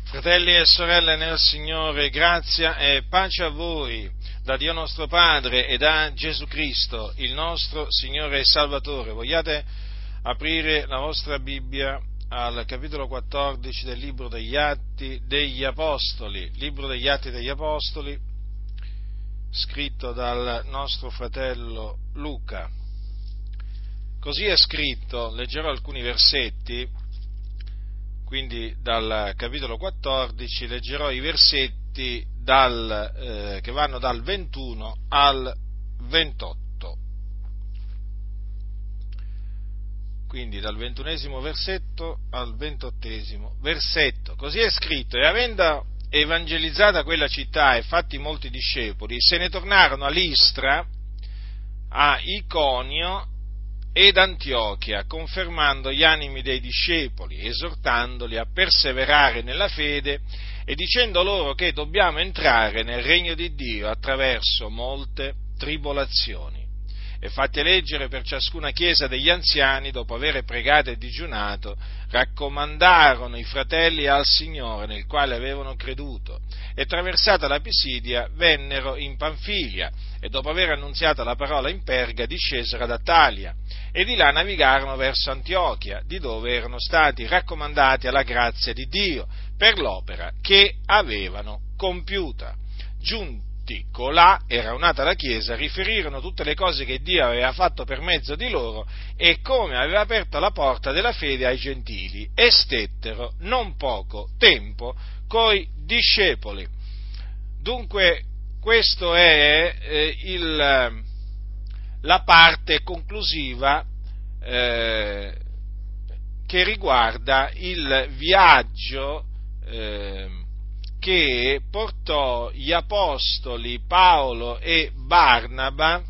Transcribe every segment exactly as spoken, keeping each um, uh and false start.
Fratelli e sorelle nel Signore, grazia e pace a voi, da Dio nostro Padre e da Gesù Cristo, il nostro Signore e Salvatore. Vogliate aprire la vostra Bibbia al capitolo quattordici del libro degli Atti degli Apostoli, libro degli Atti degli Apostoli, scritto dal nostro fratello Luca. Così è scritto, leggerò alcuni versetti. Quindi dal capitolo quattordici leggerò i versetti dal, eh, che vanno dal ventuno al ventotto. Quindi dal ventunesimo versetto al ventottesimo versetto. Così è scritto: e avendo evangelizzata quella città e fatti molti discepoli, se ne tornarono a Listra, a Iconio ed Antiochia, confermando gli animi dei discepoli, esortandoli a perseverare nella fede e dicendo loro che dobbiamo entrare nel regno di Dio attraverso molte tribolazioni. E fatti eleggere per ciascuna chiesa degli anziani, dopo aver pregato e digiunato, raccomandarono i fratelli al Signore, nel quale avevano creduto, e traversata la Pisidia vennero in Panfilia, e dopo aver annunziato la parola in Perga discesero ad Attalia, e di là navigarono verso Antiochia, di dove erano stati raccomandati alla grazia di Dio per l'opera che avevano compiuta. Giunti colà, era unata la Chiesa, riferirono tutte le cose che Dio aveva fatto per mezzo di loro e come aveva aperto la porta della fede ai gentili, e stettero non poco tempo coi discepoli. Dunque, questo è eh, il, la parte conclusiva eh, che riguarda il viaggio eh, che portò gli apostoli Paolo e Barnaba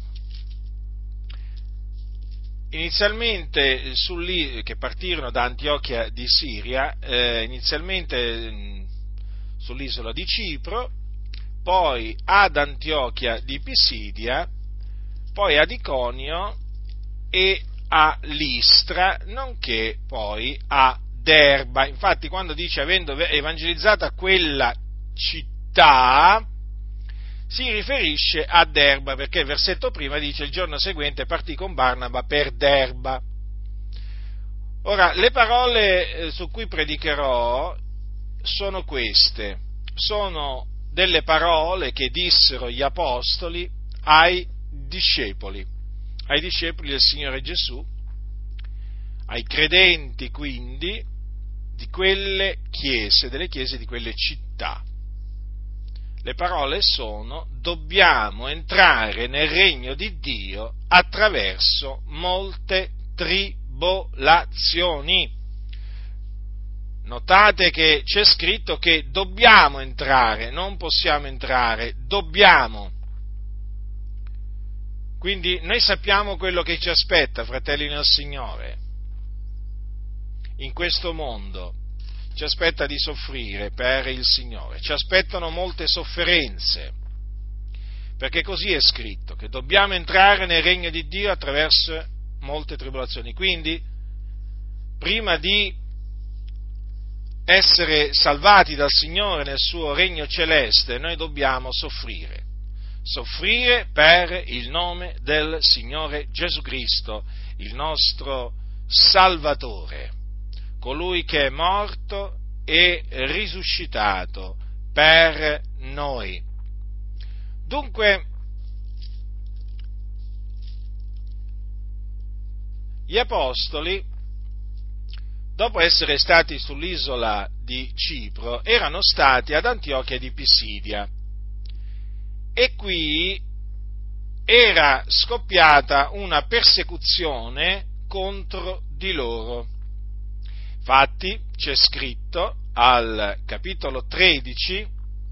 inizialmente che partirono da Antiochia di Siria, eh, inizialmente mh, sull'isola di Cipro, poi ad Antiochia di Pisidia, poi ad Iconio e a Listra, nonché poi a Derba. Infatti, quando dice avendo evangelizzata quella città, si riferisce a Derba, perché il versetto prima dice il giorno seguente partì con Barnaba per Derba. Ora, le parole su cui predicherò sono queste, sono delle parole che dissero gli apostoli ai discepoli, ai discepoli del Signore Gesù, ai credenti quindi di quelle chiese, delle chiese di quelle città. Le parole sono: dobbiamo entrare nel regno di Dio attraverso molte tribolazioni. Notate che c'è scritto che dobbiamo entrare, non possiamo entrare, dobbiamo. Quindi noi sappiamo quello che ci aspetta, fratelli nel Signore. In questo mondo ci aspetta di soffrire per il Signore, ci aspettano molte sofferenze, perché così è scritto, che dobbiamo entrare nel regno di Dio attraverso molte tribolazioni. Quindi, prima di essere salvati dal Signore nel suo regno celeste, noi dobbiamo soffrire, soffrire per il nome del Signore Gesù Cristo, il nostro Salvatore, colui che è morto e risuscitato per noi. Dunque, gli apostoli, dopo essere stati sull'isola di Cipro, erano stati ad Antiochia di Pisidia, e qui era scoppiata una persecuzione contro di loro. Infatti c'è scritto al capitolo tredici,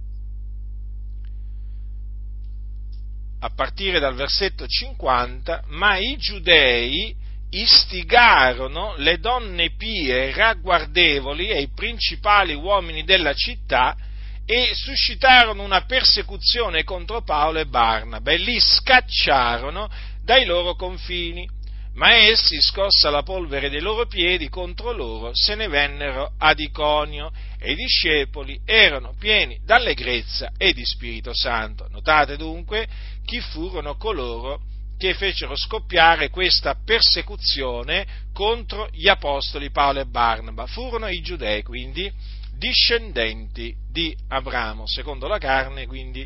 a partire dal versetto cinquanta: ma i giudei istigarono le donne pie e ragguardevoli e i principali uomini della città e suscitarono una persecuzione contro Paolo e Barnaba e li scacciarono dai loro confini. Ma essi, scossa la polvere dei loro piedi contro loro, se ne vennero ad Iconio, e i discepoli erano pieni d'allegrezza e di Spirito Santo. Notate dunque chi furono coloro che fecero scoppiare questa persecuzione contro gli apostoli Paolo e Barnaba. Furono i giudei, quindi discendenti di Abramo, secondo la carne, quindi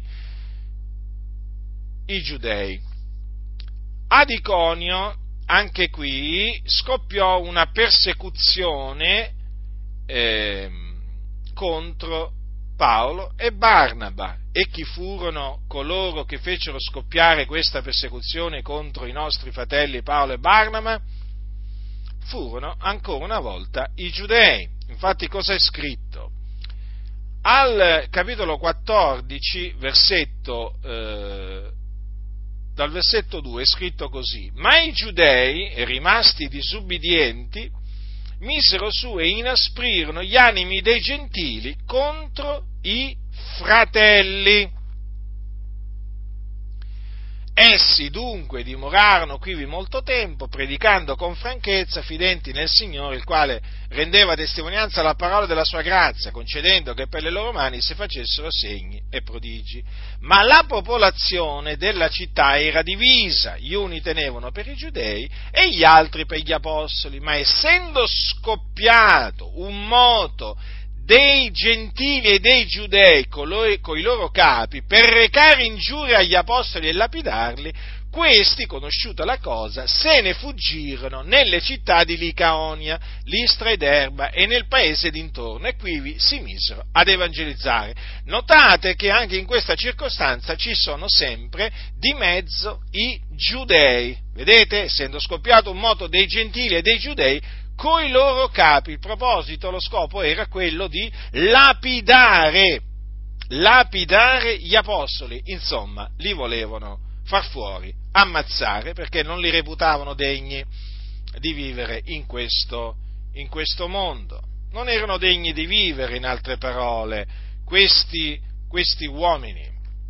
i giudei. Ad Iconio, anche qui, scoppiò una persecuzione eh, contro Paolo e Barnaba. E chi furono coloro che fecero scoppiare questa persecuzione contro i nostri fratelli Paolo e Barnaba? Furono ancora una volta i giudei. Infatti cosa è scritto? Al capitolo quattordici, versetto eh, dal versetto due è scritto così: ma i giudei, rimasti disubbidienti, misero su e inasprirono gli animi dei gentili contro i fratelli. Essi dunque dimorarono quivi molto tempo, predicando con franchezza, fidenti nel Signore, il quale rendeva testimonianza alla parola della sua grazia, concedendo che per le loro mani si facessero segni e prodigi. Ma la popolazione della città era divisa, gli uni tenevano per i giudei e gli altri per gli apostoli, ma essendo scoppiato un moto dei gentili e dei giudei con i loro capi per recare ingiuria agli apostoli e lapidarli, questi, conosciuta la cosa, se ne fuggirono nelle città di Licaonia, Listra ed Erba e nel paese d'intorno, e quivi si misero ad evangelizzare. Notate che anche in questa circostanza ci sono sempre di mezzo i giudei. Vedete? Essendo scoppiato un moto dei gentili e dei giudei coi loro capi. Il proposito, lo scopo era quello di lapidare, lapidare gli apostoli, insomma, li volevano far fuori, ammazzare, perché non li reputavano degni di vivere in questo, in questo mondo. Non erano degni di vivere, in altre parole, questi, questi uomini.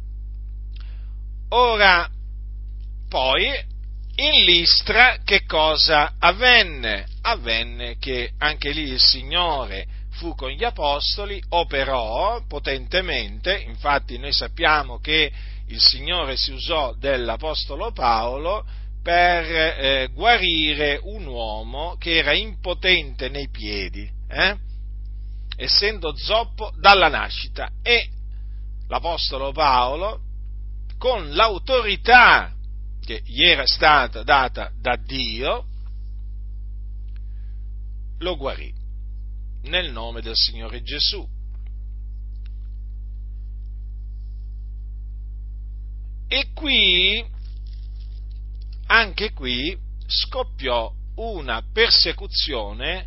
Ora, poi, in Listra che cosa avvenne? Avvenne che anche lì il Signore fu con gli apostoli, operò potentemente. Infatti noi sappiamo che il Signore si usò dell'apostolo Paolo per eh, guarire un uomo che era impotente nei piedi, eh? essendo zoppo dalla nascita, e l'apostolo Paolo, con l'autorità che gli era stata data da Dio, lo guarì nel nome del Signore Gesù. E qui, anche qui, scoppiò una persecuzione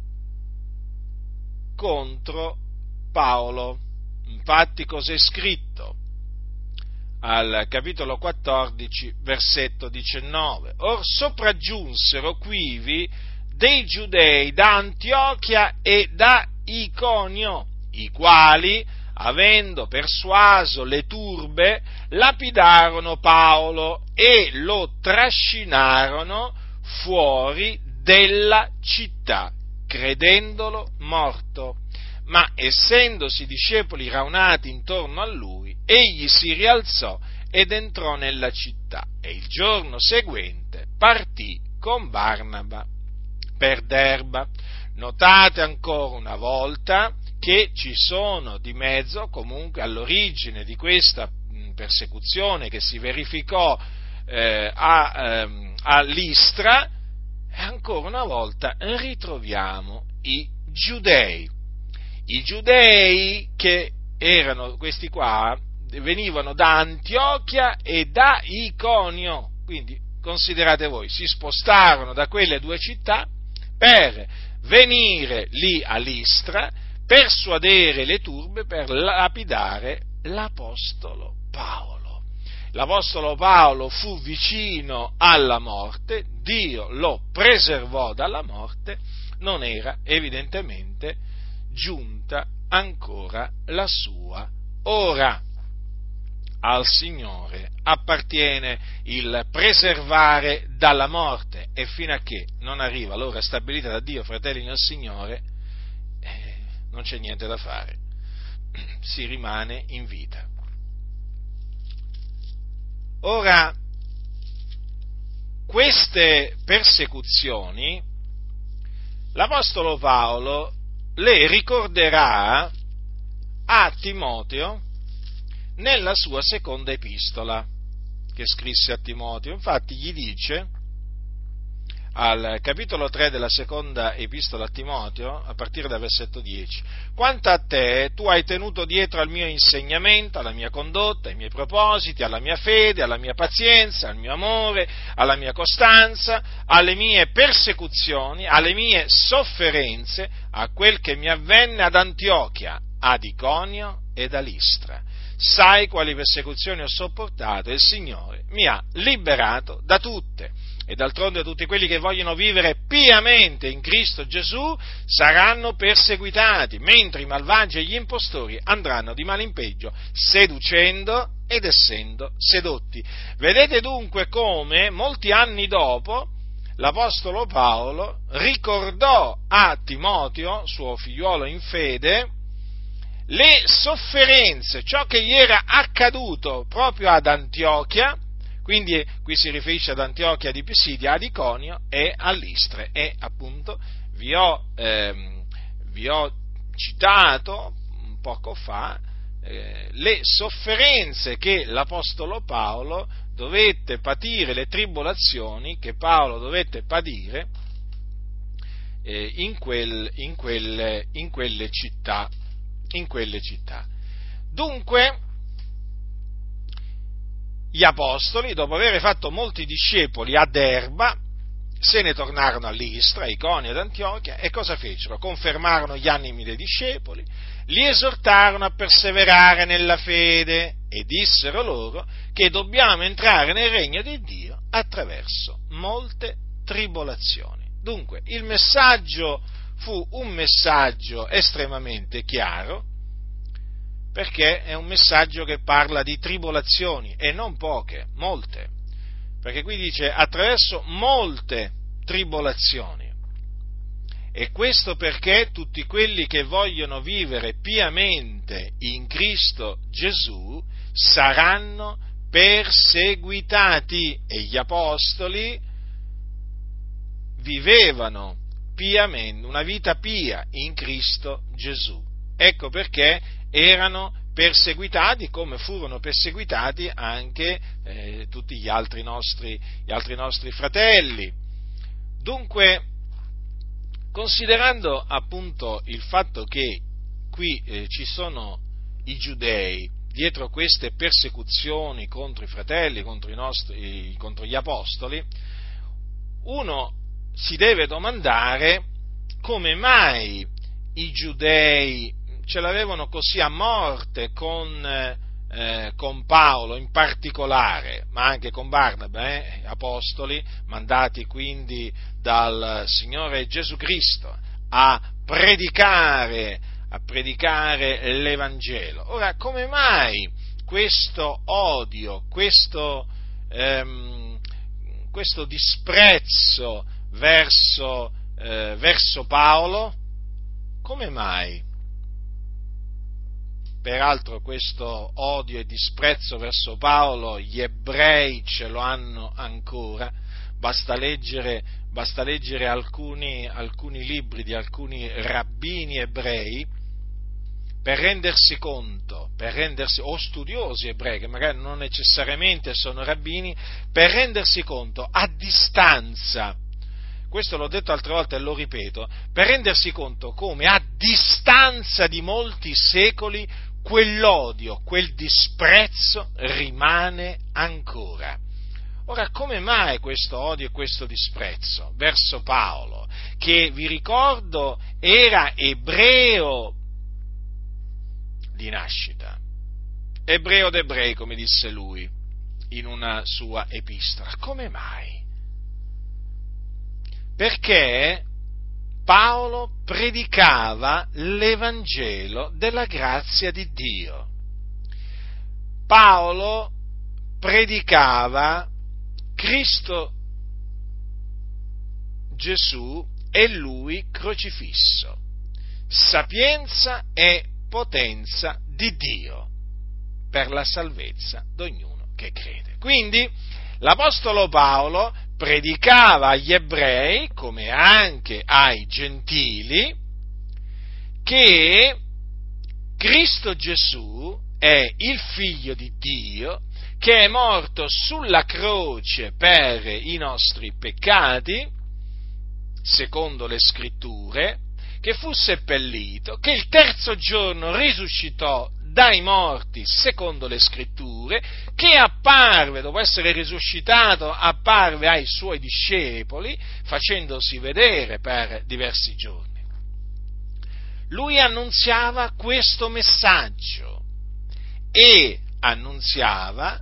contro Paolo. Infatti, cos'è scritto? Al capitolo quattordici, versetto diciannove. Or sopraggiunsero quivi dei giudei da Antiochia e da Iconio, i quali, avendo persuaso le turbe, lapidarono Paolo e lo trascinarono fuori della città, credendolo morto. Ma essendosi discepoli raunati intorno a lui, egli si rialzò ed entrò nella città, e il giorno seguente partì con Barnaba per Derba. Notate ancora una volta che ci sono di mezzo, comunque all'origine di questa persecuzione che si verificò eh, a, ehm, a Listra, e ancora una volta ritroviamo i giudei. I giudei che erano questi qua, venivano da Antiochia e da Iconio, quindi considerate voi, si spostarono da quelle due città per venire lì a Listra, persuadere le turbe per lapidare l'apostolo Paolo. L'apostolo Paolo fu vicino alla morte, Dio lo preservò dalla morte, non era evidentemente giunta ancora la sua ora. al Signore appartiene il preservare dalla morte, e fino a che non arriva l'ora stabilita da Dio, fratelli nel Signore, eh, non c'è niente da fare, si rimane in vita. Ora, queste persecuzioni l'Apostolo Paolo le ricorderà a Timoteo nella sua seconda epistola che scrisse a Timoteo. Infatti gli dice al capitolo tre della seconda epistola a Timoteo, a partire dal versetto dieci: quanto a te, tu hai tenuto dietro al mio insegnamento, alla mia condotta, ai miei propositi, alla mia fede, alla mia pazienza, al mio amore, alla mia costanza, alle mie persecuzioni, alle mie sofferenze, a quel che mi avvenne ad Antiochia, ad Iconio ed a Listra. Sai quali persecuzioni ho sopportato e il Signore mi ha liberato da tutte. E d'altronde tutti quelli che vogliono vivere piamente in Cristo Gesù saranno perseguitati, mentre i malvagi e gli impostori andranno di male in peggio, seducendo ed essendo sedotti. Vedete dunque come, molti anni dopo, l'Apostolo Paolo ricordò a Timoteo, suo figliuolo in fede, le sofferenze, ciò che gli era accaduto proprio ad Antiochia. Quindi qui si riferisce ad Antiochia di Pisidia, ad Iconio e a Listre, e appunto vi ho, ehm, vi ho citato poco fa eh, le sofferenze che l'Apostolo Paolo dovette patire, le tribolazioni che Paolo dovette patire eh, in, quel, in, quelle, in quelle città, in quelle città. Dunque, gli apostoli, dopo aver fatto molti discepoli ad Erba, se ne tornarono a Listra, a Iconio ed Antiochia, e cosa fecero? Confermarono gli animi dei discepoli, li esortarono a perseverare nella fede e dissero loro che dobbiamo entrare nel regno di Dio attraverso molte tribolazioni. Dunque, il messaggio fu un messaggio estremamente chiaro, perché è un messaggio che parla di tribolazioni, e non poche, molte, perché qui dice attraverso molte tribolazioni, e questo perché tutti quelli che vogliono vivere piamente in Cristo Gesù saranno perseguitati, e gli apostoli vivevano piamente, una vita pia in Cristo Gesù. Ecco perché erano perseguitati, come furono perseguitati anche eh, tutti gli altri nostri, gli altri nostri fratelli. Dunque, considerando appunto il fatto che qui eh, ci sono i giudei dietro queste persecuzioni contro i fratelli, contro, i nostri, contro gli apostoli, uno si deve domandare come mai i giudei ce l'avevano così a morte con, eh, con Paolo in particolare, ma anche con Barnaba, eh, apostoli mandati quindi dal Signore Gesù Cristo a predicare, a predicare l'Evangelo. Ora, come mai questo odio, questo, ehm, questo disprezzo verso, eh, verso Paolo? Come mai? Peraltro questo odio e disprezzo verso Paolo gli ebrei ce lo hanno ancora, basta leggere, basta leggere alcuni, alcuni libri di alcuni rabbini ebrei per rendersi conto, per rendersi, o studiosi ebrei, che magari non necessariamente sono rabbini, per rendersi conto a distanza, questo l'ho detto altre volte e lo ripeto, per rendersi conto come a distanza di molti secoli quell'odio, quel disprezzo rimane ancora. Ora, come mai questo odio e questo disprezzo verso Paolo, che vi ricordo era ebreo di nascita, ebreo d'ebrei, come disse lui in una sua epistola? Come mai? Perché Paolo predicava l'Evangelo della grazia di Dio. Paolo predicava Cristo Gesù e Lui crocifisso, sapienza e potenza di Dio per la salvezza di ognuno che crede. Quindi l'Apostolo Paolo predicava agli ebrei, come anche ai gentili, che Cristo Gesù è il Figlio di Dio, che è morto sulla croce per i nostri peccati, secondo le Scritture, che fu seppellito, che il terzo giorno risuscitò dai morti, secondo le Scritture, che apparve, dopo essere risuscitato, apparve ai suoi discepoli, facendosi vedere per diversi giorni. Lui annunziava questo messaggio e annunziava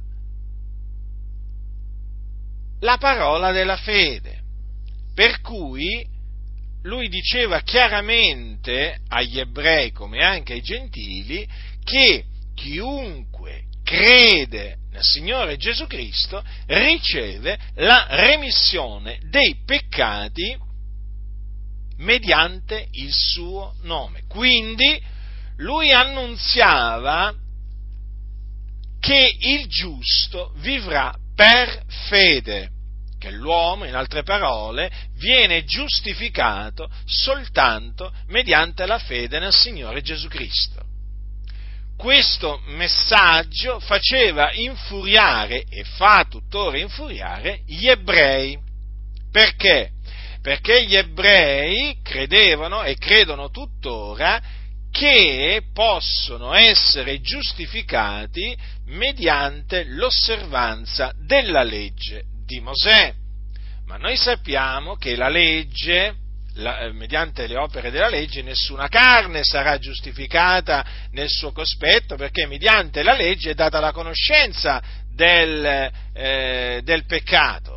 la parola della fede, per cui lui diceva chiaramente agli ebrei come anche ai gentili che chiunque crede nel Signore Gesù Cristo riceve la remissione dei peccati mediante il suo nome. Quindi lui annunziava che il giusto vivrà per fede, che l'uomo, in altre parole, viene giustificato soltanto mediante la fede nel Signore Gesù Cristo. Questo messaggio faceva infuriare, e fa tuttora infuriare, gli ebrei. Perché? Perché gli ebrei credevano e credono tuttora che possono essere giustificati mediante l'osservanza della legge di Mosè. Ma noi sappiamo che la legge, la, mediante le opere della legge, nessuna carne sarà giustificata nel suo cospetto, perché mediante la legge è data la conoscenza del, eh, del peccato.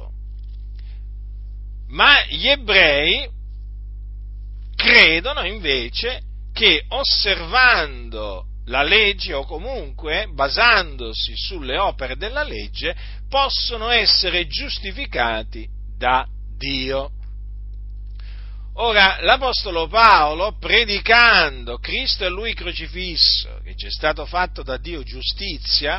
Ma gli ebrei credono invece che osservando la legge, o comunque basandosi sulle opere della legge, possono essere giustificati da Dio. Ora, l'Apostolo Paolo, predicando Cristo e Lui crocifisso, che ci è stato fatto da Dio giustizia,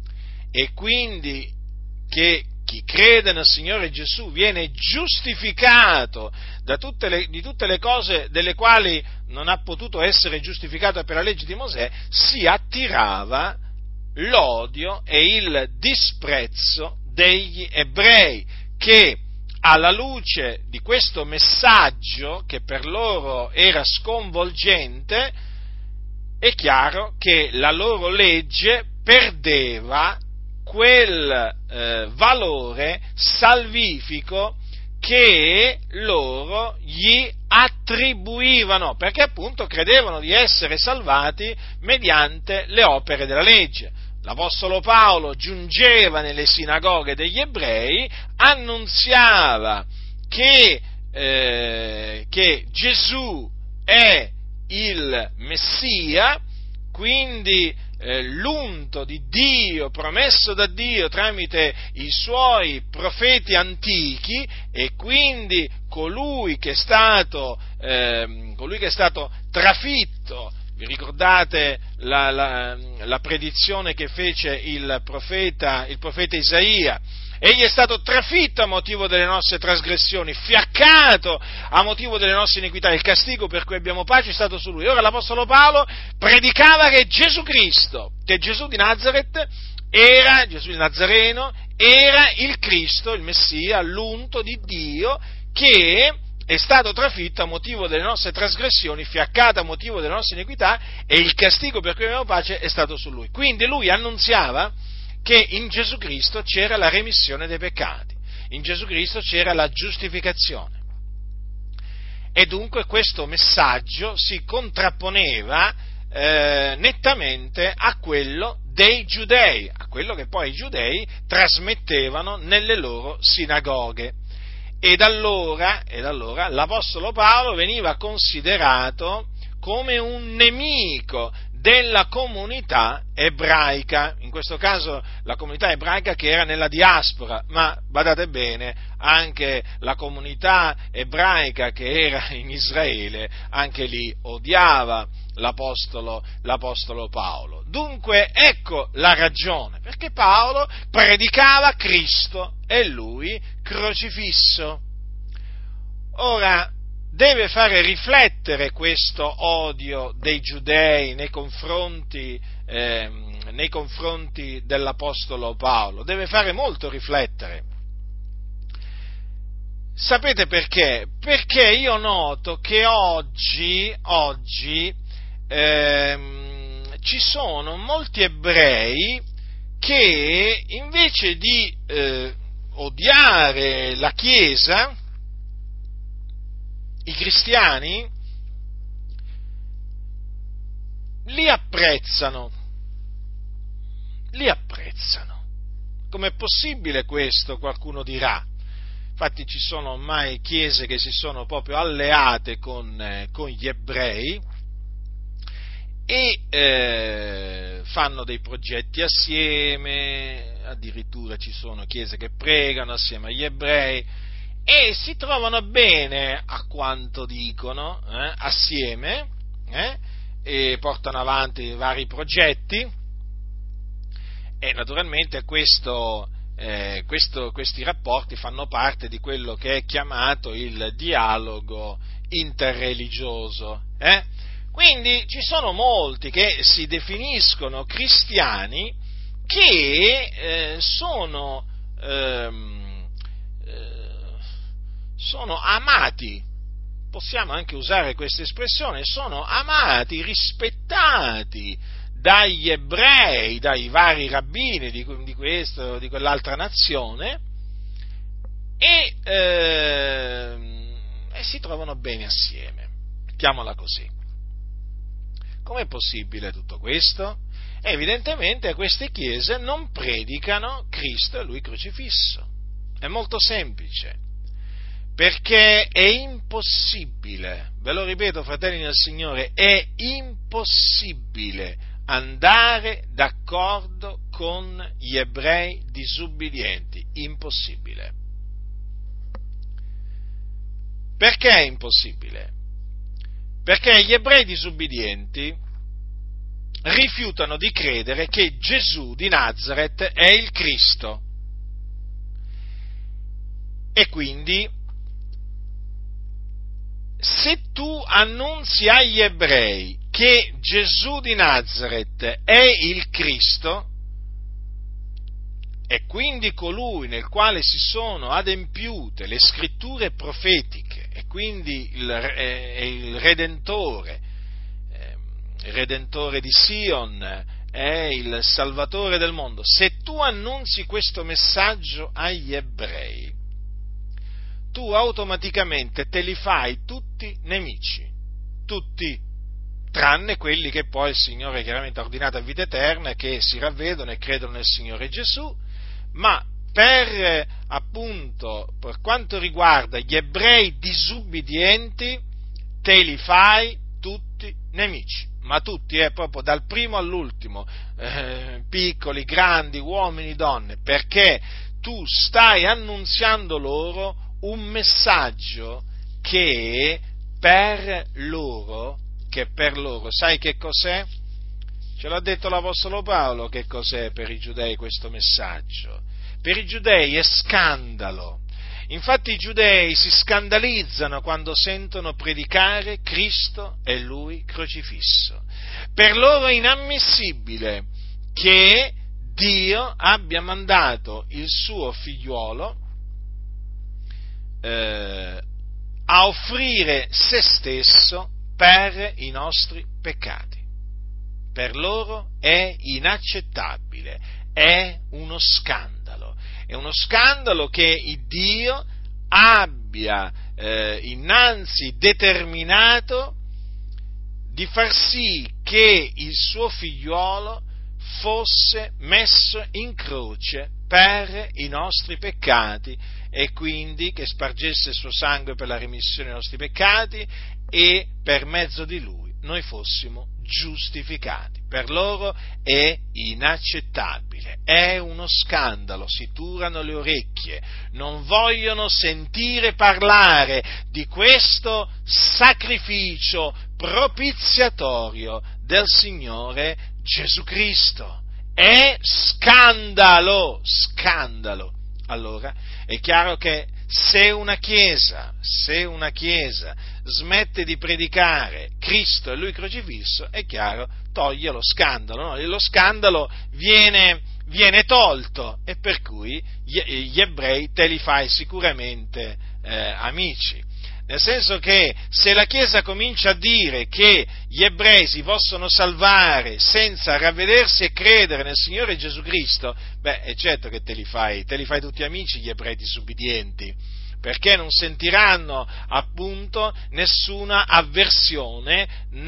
e quindi che chi crede nel Signore Gesù viene giustificato da tutte le, di tutte le cose delle quali non ha potuto essere giustificato per la legge di Mosè, si attirava l'odio e il disprezzo degli ebrei, che alla luce di questo messaggio, che per loro era sconvolgente, è chiaro che la loro legge perdeva quel eh, valore salvifico che loro gli attribuivano, perché appunto credevano di essere salvati mediante le opere della legge. L'Apostolo Paolo giungeva nelle sinagoghe degli ebrei, annunziava che, eh, che Gesù è il Messia, quindi eh, l'unto di Dio, promesso da Dio tramite i suoi profeti antichi, e quindi colui che è stato, eh, colui che è stato trafitto. Vi ricordate la, la, la predizione che fece il profeta, il profeta Isaia? Egli è stato trafitto a motivo delle nostre trasgressioni, fiaccato a motivo delle nostre iniquità, il castigo per cui abbiamo pace è stato su lui. Ora l'Apostolo Paolo predicava che Gesù Cristo, che Gesù di Nazaret era, Gesù il Nazareno, era il Cristo, il Messia, l'unto di Dio, che è stato trafitto a motivo delle nostre trasgressioni, fiaccato a motivo delle nostre iniquità, e il castigo per cui abbiamo pace è stato su lui. Quindi lui annunziava che in Gesù Cristo c'era la remissione dei peccati, in Gesù Cristo c'era la giustificazione. E dunque questo messaggio si contrapponeva eh, nettamente a quello dei giudei, a quello che poi i giudei trasmettevano nelle loro sinagoghe. Ed allora, ed allora l'Apostolo Paolo veniva considerato come un nemico della comunità ebraica, in questo caso la comunità ebraica che era nella diaspora, ma badate bene, anche la comunità ebraica che era in Israele, anche lì odiava l'apostolo, l'apostolo Paolo. Dunque ecco la ragione, perché Paolo predicava Cristo e lui crocifisso. Ora, deve fare riflettere questo odio dei giudei nei confronti, eh, nei confronti dell'apostolo Paolo, deve fare molto riflettere. Sapete perché? Perché io noto che oggi, oggi ehm, ci sono molti ebrei che invece di eh, odiare la Chiesa, i cristiani, li apprezzano, li apprezzano. Com'è possibile questo? Qualcuno dirà. Infatti ci sono ormai chiese che si sono proprio alleate con, eh, con gli ebrei e eh, fanno dei progetti assieme, addirittura ci sono chiese che pregano assieme agli ebrei, e si trovano bene, a quanto dicono, eh, assieme, eh, e portano avanti vari progetti, e naturalmente questo, eh, questo, questi rapporti fanno parte di quello che è chiamato il dialogo interreligioso. Eh? Quindi ci sono molti che si definiscono cristiani che eh, sono... Ehm, sono amati, possiamo anche usare questa espressione, sono amati, rispettati dagli ebrei, dai vari rabbini di, di questo o di quell'altra nazione, e, eh, e si trovano bene assieme, mettiamola così. Com'è possibile tutto questo? Evidentemente queste chiese non predicano Cristo e Lui crocifisso, è molto semplice. Perché è impossibile, ve lo ripeto fratelli del Signore, è impossibile andare d'accordo con gli ebrei disubbidienti, impossibile. Perché è impossibile? Perché gli ebrei disubbidienti rifiutano di credere che Gesù di Nazaret è il Cristo e quindi se tu annunzi agli ebrei che Gesù di Nazaret è il Cristo, e quindi colui nel quale si sono adempiute le scritture profetiche, e quindi il, eh, il Redentore, eh, il Redentore di Sion, è il Salvatore del mondo, se tu annunzi questo messaggio agli ebrei, tu automaticamente te li fai tutti nemici, tutti, tranne quelli che poi il Signore chiaramente ha ordinato a vita eterna, che si ravvedono e credono nel Signore Gesù, ma per appunto, per quanto riguarda gli ebrei disubbidienti, te li fai tutti nemici, ma tutti, eh, proprio dal primo all'ultimo, eh, piccoli, grandi, uomini, donne, perché tu stai annunziando loro un messaggio che per loro, che per loro, sai che cos'è? Ce l'ha detto l'Apostolo Paolo che cos'è per i giudei questo messaggio. Per i giudei è scandalo. Infatti i giudei si scandalizzano quando sentono predicare Cristo e Lui crocifisso. Per loro è inammissibile che Dio abbia mandato il suo figliuolo Eh, a offrire se stesso per i nostri peccati. Per loro è inaccettabile, è uno scandalo, è uno scandalo che Dio abbia eh, innanzi determinato di far sì che il suo figliuolo fosse messo in croce per i nostri peccati, e quindi che spargesse il suo sangue per la remissione dei nostri peccati, e per mezzo di lui noi fossimo giustificati. Per loro è inaccettabile, è uno scandalo, si turano le orecchie, non vogliono sentire parlare di questo sacrificio propiziatorio del Signore Gesù Cristo. È scandalo, scandalo. Allora, è chiaro che se una Chiesa, se una Chiesa smette di predicare Cristo e Lui crocifisso, è chiaro, toglie lo scandalo, no? E lo scandalo viene, viene tolto, e per cui gli, gli ebrei te li fai sicuramente eh, amici. Nel senso che se la Chiesa comincia a dire che gli ebrei si possono salvare senza ravvedersi e credere nel Signore Gesù Cristo, beh, è certo che te li fai, te li fai tutti amici gli ebrei disubbidienti, perché non sentiranno appunto nessuna avversione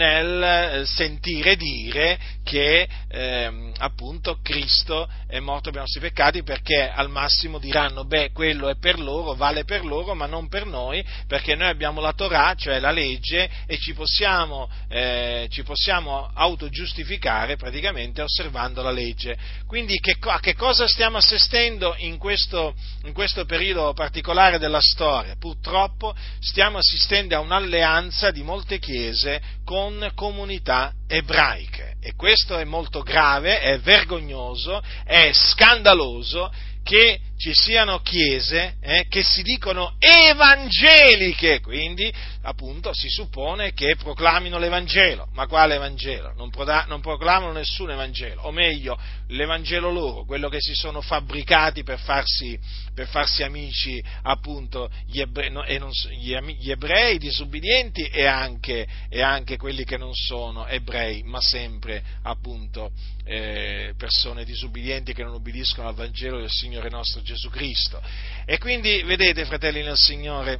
nel sentire dire che eh, appunto Cristo è morto per i nostri peccati, perché al massimo diranno: beh, quello è per loro, vale per loro, ma non per noi, perché noi abbiamo la Torah, cioè la legge, e ci possiamo, eh, ci possiamo autogiustificare praticamente osservando la legge. Quindi che, a che cosa stiamo assistendo in questo, in questo periodo particolare della storia? Purtroppo stiamo assistendo a un'alleanza di molte chiese con comunità ebraiche, e questo è molto grave, è vergognoso, è scandaloso che ci siano chiese eh, che si dicono evangeliche, quindi appunto si suppone che proclamino l'Evangelo. Ma quale Evangelo? Non, pro- non proclamano nessun Evangelo, o meglio, l'Evangelo loro, quello che si sono fabbricati per farsi, per farsi amici appunto gli ebrei, no, e non, gli, gli ebrei disubbidienti e anche, e anche quelli che non sono ebrei, ma sempre appunto eh, persone disubbidienti che non ubbidiscono al Vangelo del Signore nostro Gesù Cristo. E quindi vedete, fratelli nel Signore,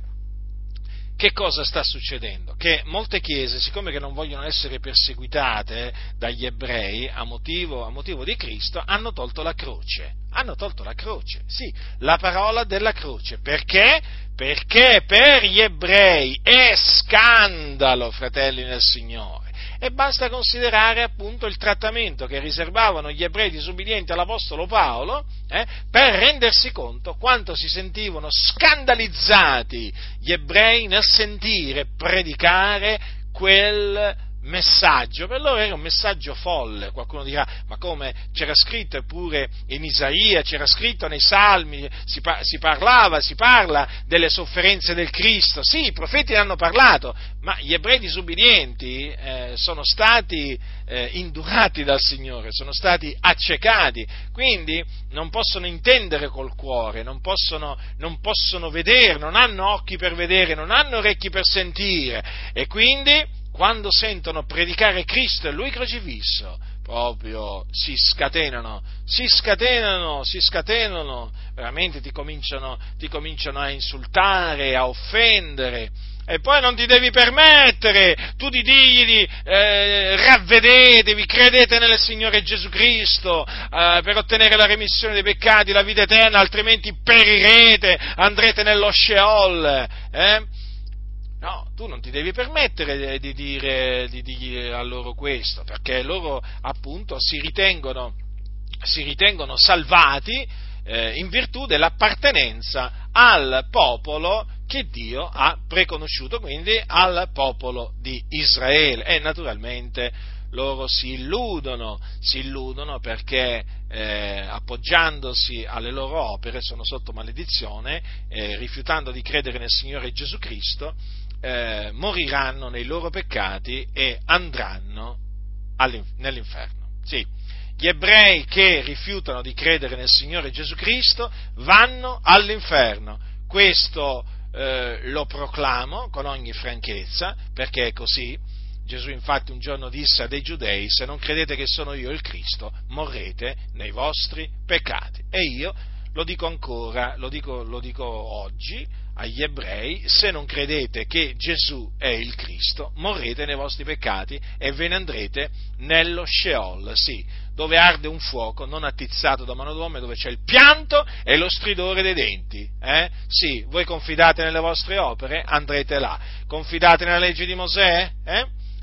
che cosa sta succedendo? Che molte chiese, siccome che non vogliono essere perseguitate dagli ebrei a motivo, a motivo di Cristo, hanno tolto la croce. Hanno tolto la croce, sì, la parola della croce. Perché? Perché per gli ebrei è scandalo, fratelli nel Signore. E basta considerare appunto il trattamento che riservavano gli ebrei disubbidienti all'Apostolo Paolo eh, per rendersi conto quanto si sentivano scandalizzati gli ebrei nel sentire predicare quel messaggio. Per loro era un messaggio folle. Qualcuno dirà: ma come, c'era scritto eppure in Isaia, c'era scritto nei Salmi, si, par- si parlava, si parla delle sofferenze del Cristo. Sì, i profeti ne hanno parlato, ma gli ebrei disubbidienti eh, sono stati eh, indurati dal Signore, sono stati accecati, quindi non possono intendere col cuore, non possono, non possono vedere, non hanno occhi per vedere, non hanno orecchi per sentire, e quindi quando sentono predicare Cristo e Lui crocifisso, proprio si scatenano, si scatenano, si scatenano, veramente ti cominciano, ti cominciano a insultare, a offendere, e poi non ti devi permettere tu di dirgli eh, ravvedetevi, credete nel Signore Gesù Cristo eh, per ottenere la remissione dei peccati, la vita eterna, altrimenti perirete, andrete nello Sheol, eh? No, tu non ti devi permettere di dire, di dire a loro questo, perché loro appunto si ritengono, si ritengono salvati eh, in virtù dell'appartenenza al popolo che Dio ha preconosciuto, quindi al popolo di Israele, e naturalmente loro si illudono, si illudono perché eh, appoggiandosi alle loro opere sono sotto maledizione, eh, rifiutando di credere nel Signore Gesù Cristo, eh, moriranno nei loro peccati e andranno nell'inferno. Sì, gli ebrei che rifiutano di credere nel Signore Gesù Cristo vanno all'inferno. Questo eh, lo proclamo con ogni franchezza, perché è così. Gesù infatti un giorno disse a dei giudei: se non credete che sono io il Cristo, morrete nei vostri peccati. E io lo dico ancora, lo dico, lo dico oggi agli ebrei: se non credete che Gesù è il Cristo, morrete nei vostri peccati e ve ne andrete nello Sheol, sì, dove arde un fuoco non attizzato da mano d'uomo, dove c'è il pianto e lo stridore dei denti. Eh? Sì, voi confidate nelle vostre opere, andrete là. Confidate nella legge di Mosè? Eh?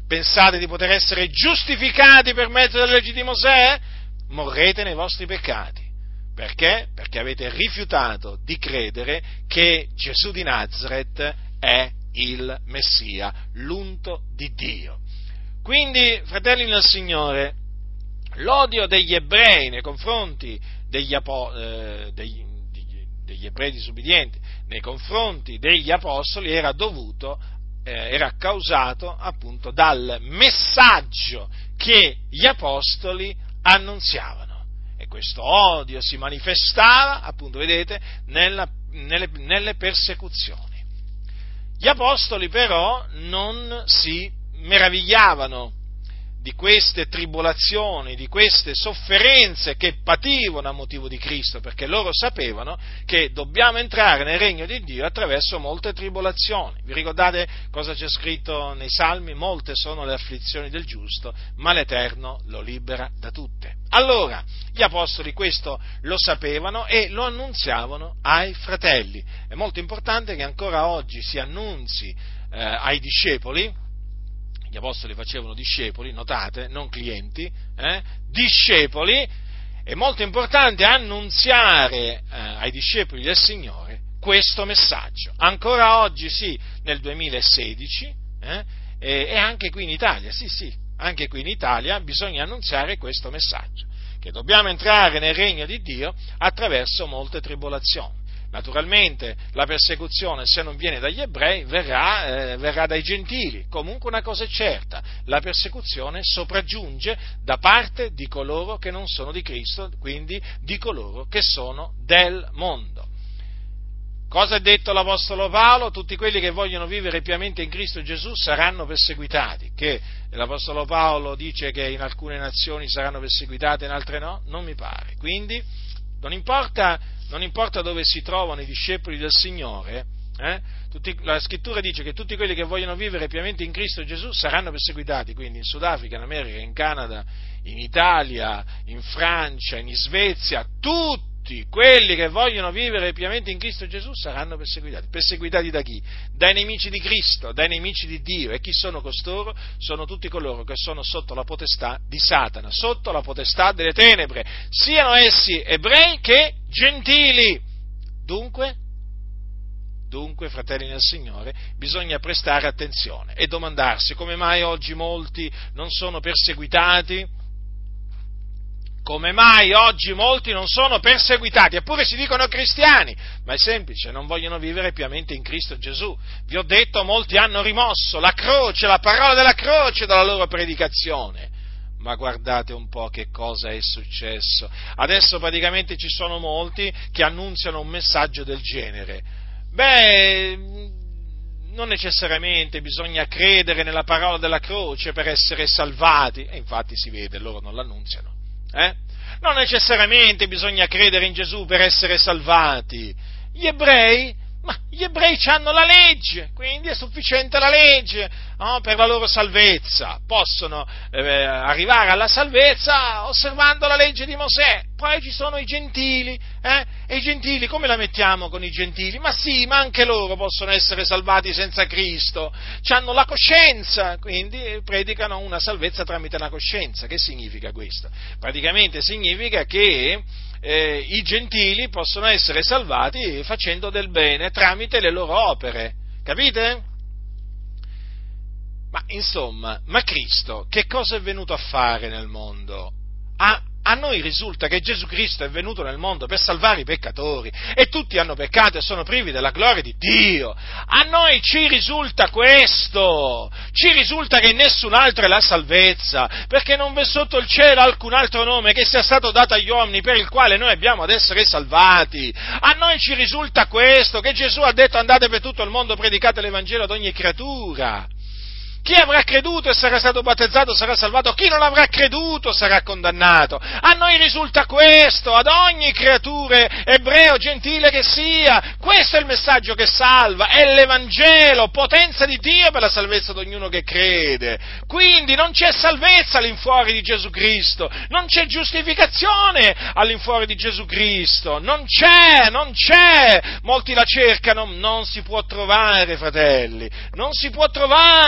Pensate di poter essere giustificati per mezzo della legge di Mosè? Morrete nei vostri peccati. Perché? Perché avete rifiutato di credere che Gesù di Nazaret è il Messia, l'unto di Dio. Quindi, fratelli nel Signore, l'odio degli ebrei nei confronti degli, apo, eh, degli, degli ebrei disubbidienti, nei confronti degli apostoli era dovuto, eh, era causato appunto dal messaggio che gli apostoli annunziavano. E questo odio si manifestava, appunto, vedete, nella, nelle, nelle persecuzioni. Gli apostoli però non si meravigliavano di queste tribolazioni, di queste sofferenze che pativano a motivo di Cristo, perché loro sapevano che dobbiamo entrare nel regno di Dio attraverso molte tribolazioni. Vi ricordate cosa c'è scritto nei Salmi? Molte sono le afflizioni del giusto, ma l'Eterno lo libera da tutte. Allora, gli apostoli questo lo sapevano e lo annunziavano ai fratelli. È molto importante che ancora oggi si annunzi eh, ai discepoli. Gli apostoli facevano discepoli, notate, non clienti, eh? discepoli, è molto importante annunziare eh, ai discepoli del Signore questo messaggio. Ancora oggi sì, nel duemilasedici, eh? e, e anche qui in Italia, sì sì, anche qui in Italia bisogna annunziare questo messaggio, che dobbiamo entrare nel regno di Dio attraverso molte tribolazioni. Naturalmente la persecuzione, se non viene dagli ebrei, verrà, eh, verrà dai gentili. Comunque una cosa è certa, la persecuzione sopraggiunge da parte di coloro che non sono di Cristo, quindi di coloro che sono del mondo. Cosa ha detto l'Apostolo Paolo? Tutti quelli che vogliono vivere piamente in Cristo Gesù saranno perseguitati. Che l'Apostolo Paolo dice che in alcune nazioni saranno perseguitate, in altre no? Non mi pare. Quindi non importa, non importa dove si trovano i discepoli del Signore, eh? Tutti, la Scrittura dice che tutti quelli che vogliono vivere piamente in Cristo Gesù saranno perseguitati, quindi in Sudafrica, in America, in Canada, in Italia, in Francia, in Svezia, tutti quelli che vogliono vivere piamente in Cristo Gesù saranno perseguitati. Perseguitati da chi? Dai nemici di Cristo, dai nemici di Dio. E chi sono costoro? Sono tutti coloro che sono sotto la potestà di Satana, sotto la potestà delle tenebre, siano essi ebrei che gentili. Dunque, dunque, fratelli nel Signore, bisogna prestare attenzione e domandarsi come mai oggi molti non sono perseguitati. Come mai oggi molti non sono perseguitati, eppure si dicono cristiani? Ma è semplice, non vogliono vivere piamente in Cristo Gesù. Vi ho detto, molti hanno rimosso la croce, la parola della croce dalla loro predicazione. Ma guardate un po' che cosa è successo. Adesso praticamente ci sono molti che annunziano un messaggio del genere. Beh, non necessariamente bisogna credere nella parola della croce per essere salvati, e infatti si vede, loro non l'annunziano. Eh? Non necessariamente bisogna credere in Gesù per essere salvati. Gli ebrei, ma gli ebrei hanno la legge, quindi è sufficiente la legge, no? Per la loro salvezza. Possono eh, arrivare alla salvezza osservando la legge di Mosè. Poi ci sono i gentili, eh? E i gentili come la mettiamo con i gentili? Ma sì, ma anche loro possono essere salvati senza Cristo. C'hanno la coscienza, quindi predicano una salvezza tramite la coscienza. Che significa questo? Praticamente significa che eh, i gentili possono essere salvati facendo del bene tramite le loro opere. Capite? Ma insomma, ma Cristo che cosa è venuto a fare nel mondo? A, a noi risulta che Gesù Cristo è venuto nel mondo per salvare i peccatori, e tutti hanno peccato e sono privi della gloria di Dio. A noi ci risulta questo, ci risulta che nessun altro è la salvezza, perché non v'è sotto il cielo alcun altro nome che sia stato dato agli uomini per il quale noi abbiamo ad essere salvati. A noi ci risulta questo, che Gesù ha detto: andate per tutto il mondo, predicate l'Evangelo ad ogni creatura. Chi avrà creduto e sarà stato battezzato sarà salvato, chi non avrà creduto sarà condannato. A noi risulta questo, ad ogni creatura, ebreo, gentile che sia. Questo è il messaggio che salva, è l'Evangelo, potenza di Dio per la salvezza di ognuno che crede. Quindi non c'è salvezza all'infuori di Gesù Cristo, non c'è giustificazione all'infuori di Gesù Cristo, non c'è, non c'è. Molti la cercano, non si può trovare, fratelli, non si può trovare.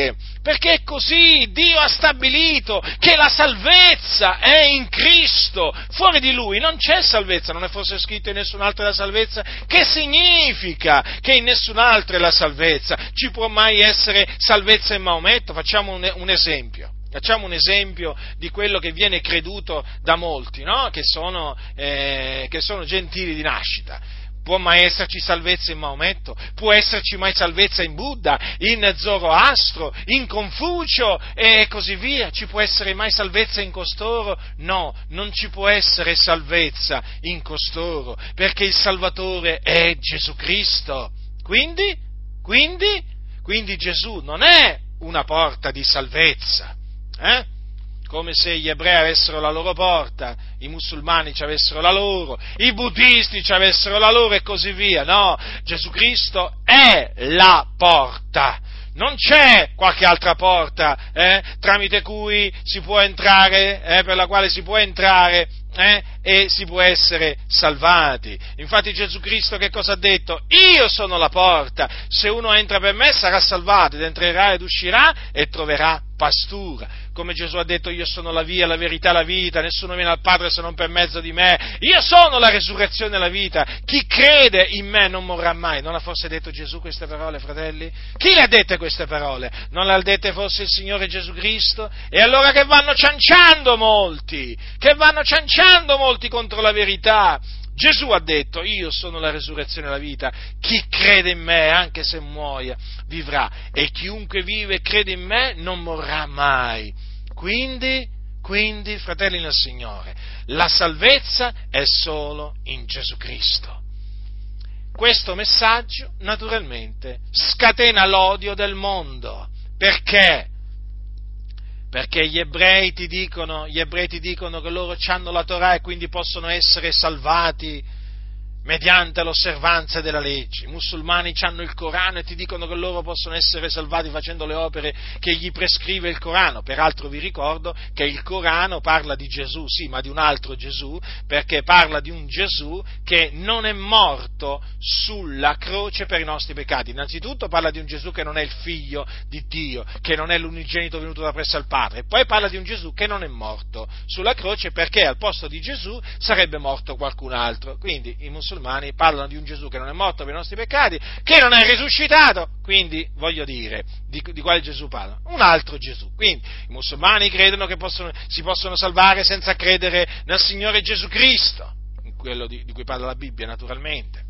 Perché? Perché è così, Dio ha stabilito che la salvezza è in Cristo, fuori di Lui non c'è salvezza, non è forse scritto in nessun altro la salvezza? Che significa che in nessun altro è la salvezza? Ci può mai essere salvezza in Maometto? Facciamo un, un esempio. Facciamo un esempio di quello che viene creduto da molti, no? Che sono, eh, che sono gentili di nascita. Può mai esserci salvezza in Maometto? Può esserci mai salvezza in Buddha, in Zoroastro, in Confucio e così via? Ci può essere mai salvezza in costoro? No, non ci può essere salvezza in costoro, perché il Salvatore è Gesù Cristo. Quindi, quindi, quindi Gesù non è una porta di salvezza. Eh? Come se gli ebrei avessero la loro porta, i musulmani ci avessero la loro, i buddisti ci avessero la loro e così via. No, Gesù Cristo è la porta. Non c'è qualche altra porta eh, tramite cui si può entrare, eh, per la quale si può entrare eh, e si può essere salvati. Infatti Gesù Cristo che cosa ha detto? Io sono la porta, se uno entra per me sarà salvato ed entrerà ed uscirà e troverà pastura. Come Gesù ha detto, io sono la via, la verità, la vita, nessuno viene al Padre se non per mezzo di me, io sono la resurrezione e la vita, chi crede in me non morrà mai. Non ha forse detto Gesù queste parole, fratelli? Chi le ha dette queste parole? Non le ha dette forse il Signore Gesù Cristo? E allora che vanno cianciando molti, che vanno cianciando molti contro la verità. Gesù ha detto, io sono la resurrezione e la vita, chi crede in me, anche se muoia, vivrà, e chiunque vive e crede in me non morrà mai. Quindi, quindi, fratelli nel Signore, la salvezza è solo in Gesù Cristo. Questo messaggio, naturalmente, scatena l'odio del mondo. Perché? Perché gli ebrei ti dicono, gli ebrei ti dicono che loro hanno la Torah e quindi possono essere salvati mediante l'osservanza della legge. I musulmani hanno il Corano e ti dicono che loro possono essere salvati facendo le opere che gli prescrive il Corano. Peraltro vi ricordo che il Corano parla di Gesù, sì, ma di un altro Gesù, perché parla di un Gesù che non è morto sulla croce per i nostri peccati. Innanzitutto parla di un Gesù che non è il figlio di Dio, che non è l'unigenito venuto da presso al Padre, e poi parla di un Gesù che non è morto sulla croce perché al posto di Gesù sarebbe morto qualcun altro. Quindi i musulmani parlano di un Gesù che non è morto per i nostri peccati, che non è risuscitato, quindi voglio dire, di, di quale Gesù parla? Un altro Gesù. Quindi i musulmani credono che possono, si possono salvare senza credere nel Signore Gesù Cristo, quello di, di cui parla la Bibbia naturalmente.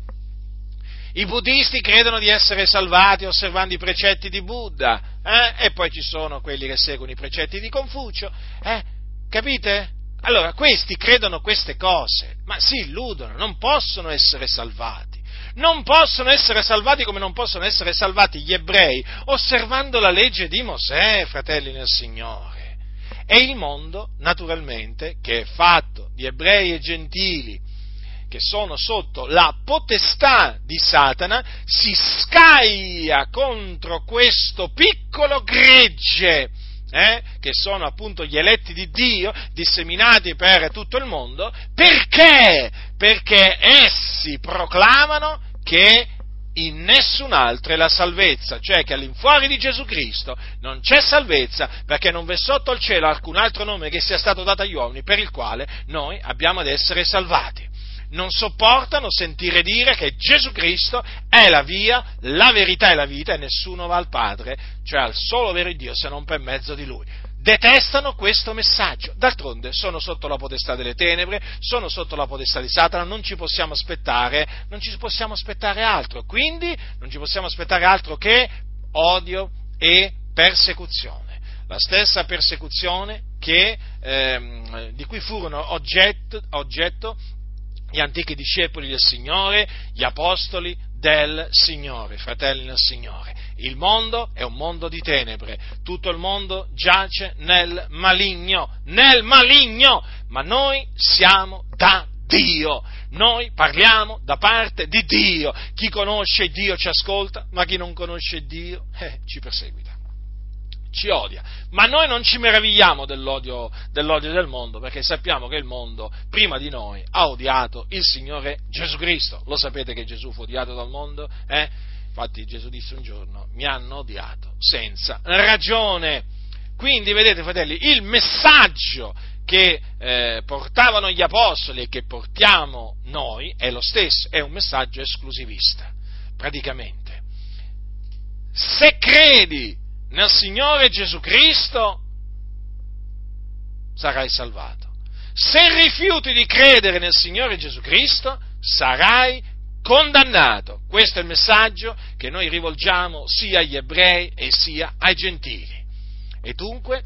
I buddisti credono di essere salvati osservando i precetti di Buddha, eh? E poi ci sono quelli che seguono i precetti di Confucio, eh? Capite? Allora, questi credono queste cose, ma si illudono, non possono essere salvati. Non possono essere salvati come non possono essere salvati gli ebrei osservando la legge di Mosè, fratelli nel Signore. E il mondo, naturalmente, che è fatto di ebrei e gentili, che sono sotto la potestà di Satana, si scaglia contro questo piccolo gregge, Eh, che sono appunto gli eletti di Dio, disseminati per tutto il mondo, perché? Perché essi proclamano che in nessun altro è la salvezza, cioè che all'infuori di Gesù Cristo non c'è salvezza, perché non v'è sotto il cielo alcun altro nome che sia stato dato agli uomini per il quale noi abbiamo ad essere salvati. Non sopportano sentire dire che Gesù Cristo è la via, la verità e la vita e nessuno va al Padre, cioè al solo vero Dio, se non per mezzo di Lui. Detestano questo messaggio, d'altronde sono sotto la potestà delle tenebre, sono sotto la potestà di Satana, non ci possiamo aspettare, non ci possiamo aspettare altro, quindi non ci possiamo aspettare altro che odio e persecuzione. La stessa persecuzione che, ehm, di cui furono oggetto, oggetto gli antichi discepoli del Signore, gli apostoli del Signore, fratelli nel Signore. Il mondo è un mondo di tenebre, tutto il mondo giace nel maligno, nel maligno, ma noi siamo da Dio, noi parliamo da parte di Dio. Chi conosce Dio ci ascolta, ma chi non conosce Dio eh, ci perseguita, ci odia, ma noi non ci meravigliamo dell'odio, dell'odio del mondo, perché sappiamo che il mondo prima di noi ha odiato il Signore Gesù Cristo. Lo sapete che Gesù fu odiato dal mondo? Eh? Infatti Gesù disse un giorno: mi hanno odiato senza ragione. Quindi vedete, fratelli, il messaggio che eh, portavano gli apostoli e che portiamo noi è lo stesso, è un messaggio esclusivista, praticamente. Se credi nel Signore Gesù Cristo, sarai salvato. Se rifiuti di credere nel Signore Gesù Cristo, sarai condannato. Questo è il messaggio che noi rivolgiamo sia agli ebrei e sia ai gentili. E dunque,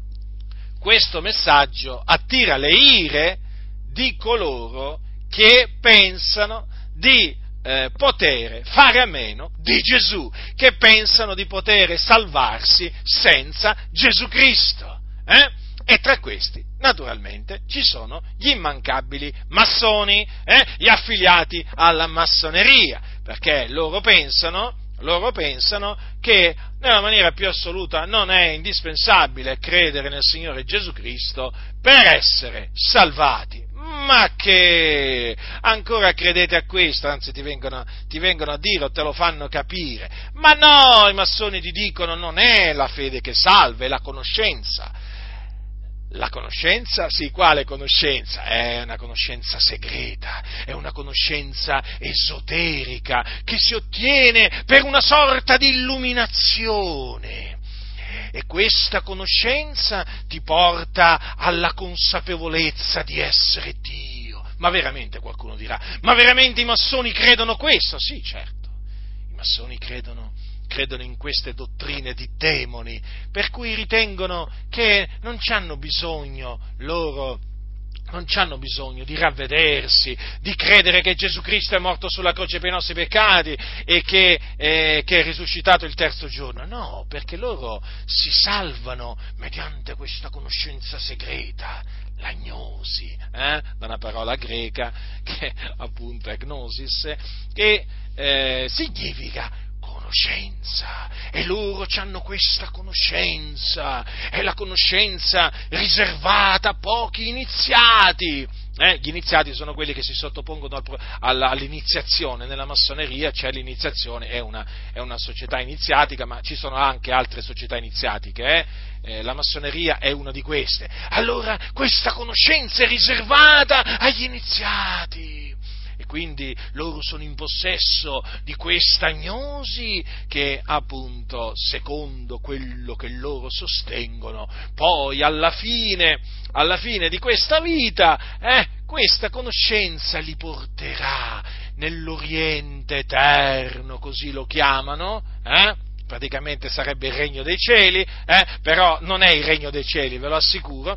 questo messaggio attira le ire di coloro che pensano di eh, poter fare a meno di Gesù, che pensano di poter salvarsi senza Gesù Cristo. Eh? E tra questi, naturalmente, ci sono gli immancabili massoni, eh? gli affiliati alla massoneria, perché loro pensano, loro pensano che nella maniera più assoluta non è indispensabile credere nel Signore Gesù Cristo per essere salvati. Ma che ancora credete a questo? Anzi, ti vengono, ti vengono a dire o te lo fanno capire. Ma no, i massoni ti dicono: non è la fede che salva, è la conoscenza. La conoscenza? Sì, quale conoscenza? È una conoscenza segreta, è una conoscenza esoterica che si ottiene per una sorta di illuminazione. E questa conoscenza ti porta alla consapevolezza di essere Dio. Ma veramente, qualcuno dirà, ma veramente i massoni credono questo? Sì, certo, i massoni credono credono in queste dottrine di demoni, per cui ritengono che non c'hanno bisogno loro, non c'hanno bisogno di ravvedersi, di credere che Gesù Cristo è morto sulla croce per i nostri peccati e che, eh, che è risuscitato il terzo giorno. No, perché loro si salvano mediante questa conoscenza segreta, la gnosi, eh? da una parola greca che appunto è gnosis, che eh, significa conoscenza, e loro hanno questa conoscenza, è la conoscenza riservata a pochi iniziati. Eh, gli iniziati sono quelli che si sottopongono al, alla, all'iniziazione. Nella massoneria c'è l'iniziazione, è una, è una società iniziatica, ma ci sono anche altre società iniziatiche, eh? Eh, la massoneria è una di queste. Allora questa conoscenza è riservata agli iniziati. E quindi loro sono in possesso di questa gnosi che, appunto, secondo quello che loro sostengono, poi alla fine, alla fine di questa vita, eh, questa conoscenza li porterà nell'Oriente eterno, così lo chiamano, eh? Praticamente sarebbe il regno dei cieli, eh? Però non è il regno dei cieli, ve lo assicuro,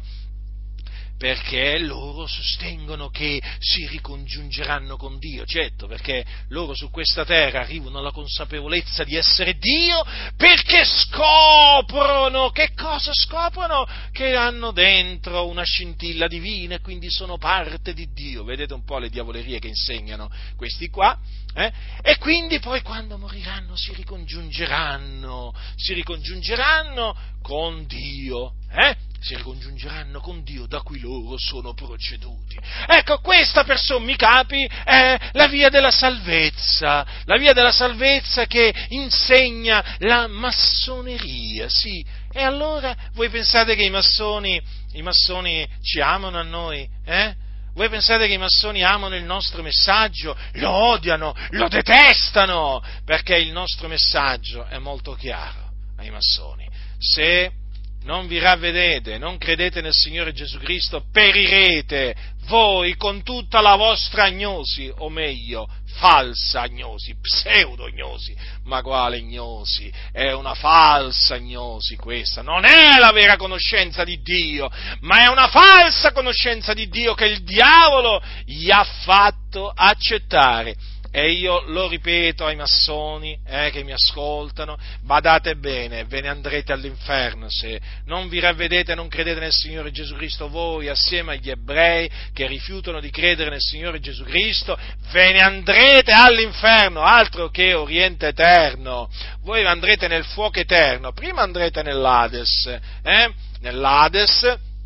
perché loro sostengono che si ricongiungeranno con Dio, certo, perché loro su questa terra arrivano alla consapevolezza di essere Dio, perché scoprono, che cosa scoprono? Che hanno dentro una scintilla divina e quindi sono parte di Dio. Vedete un po' le diavolerie che insegnano questi qua? Eh? E quindi poi quando moriranno si ricongiungeranno, si ricongiungeranno con Dio, eh? si ricongiungeranno con Dio da cui loro sono proceduti. Ecco, questa per sommi capi è la via della salvezza, la via della salvezza che insegna la massoneria, sì. E allora voi pensate che i massoni, i massoni ci amano a noi, eh? Voi pensate che i massoni amano il nostro messaggio? Lo odiano, lo detestano, perché il nostro messaggio è molto chiaro ai massoni. Se non vi ravvedete, non credete nel Signore Gesù Cristo, perirete voi con tutta la vostra agnosi, o meglio, falsa agnosi, pseudo-agnosi. Ma quale agnosi? È una falsa agnosi questa, non è la vera conoscenza di Dio, ma è una falsa conoscenza di Dio che il diavolo gli ha fatto accettare. E io lo ripeto ai massoni eh, che mi ascoltano: badate bene, ve ne andrete all'inferno se non vi ravvedete e non credete nel Signore Gesù Cristo. Voi, assieme agli ebrei che rifiutano di credere nel Signore Gesù Cristo, ve ne andrete all'inferno, altro che Oriente eterno. Voi andrete nel fuoco eterno, prima andrete nell'Ades, eh? nell'Ades,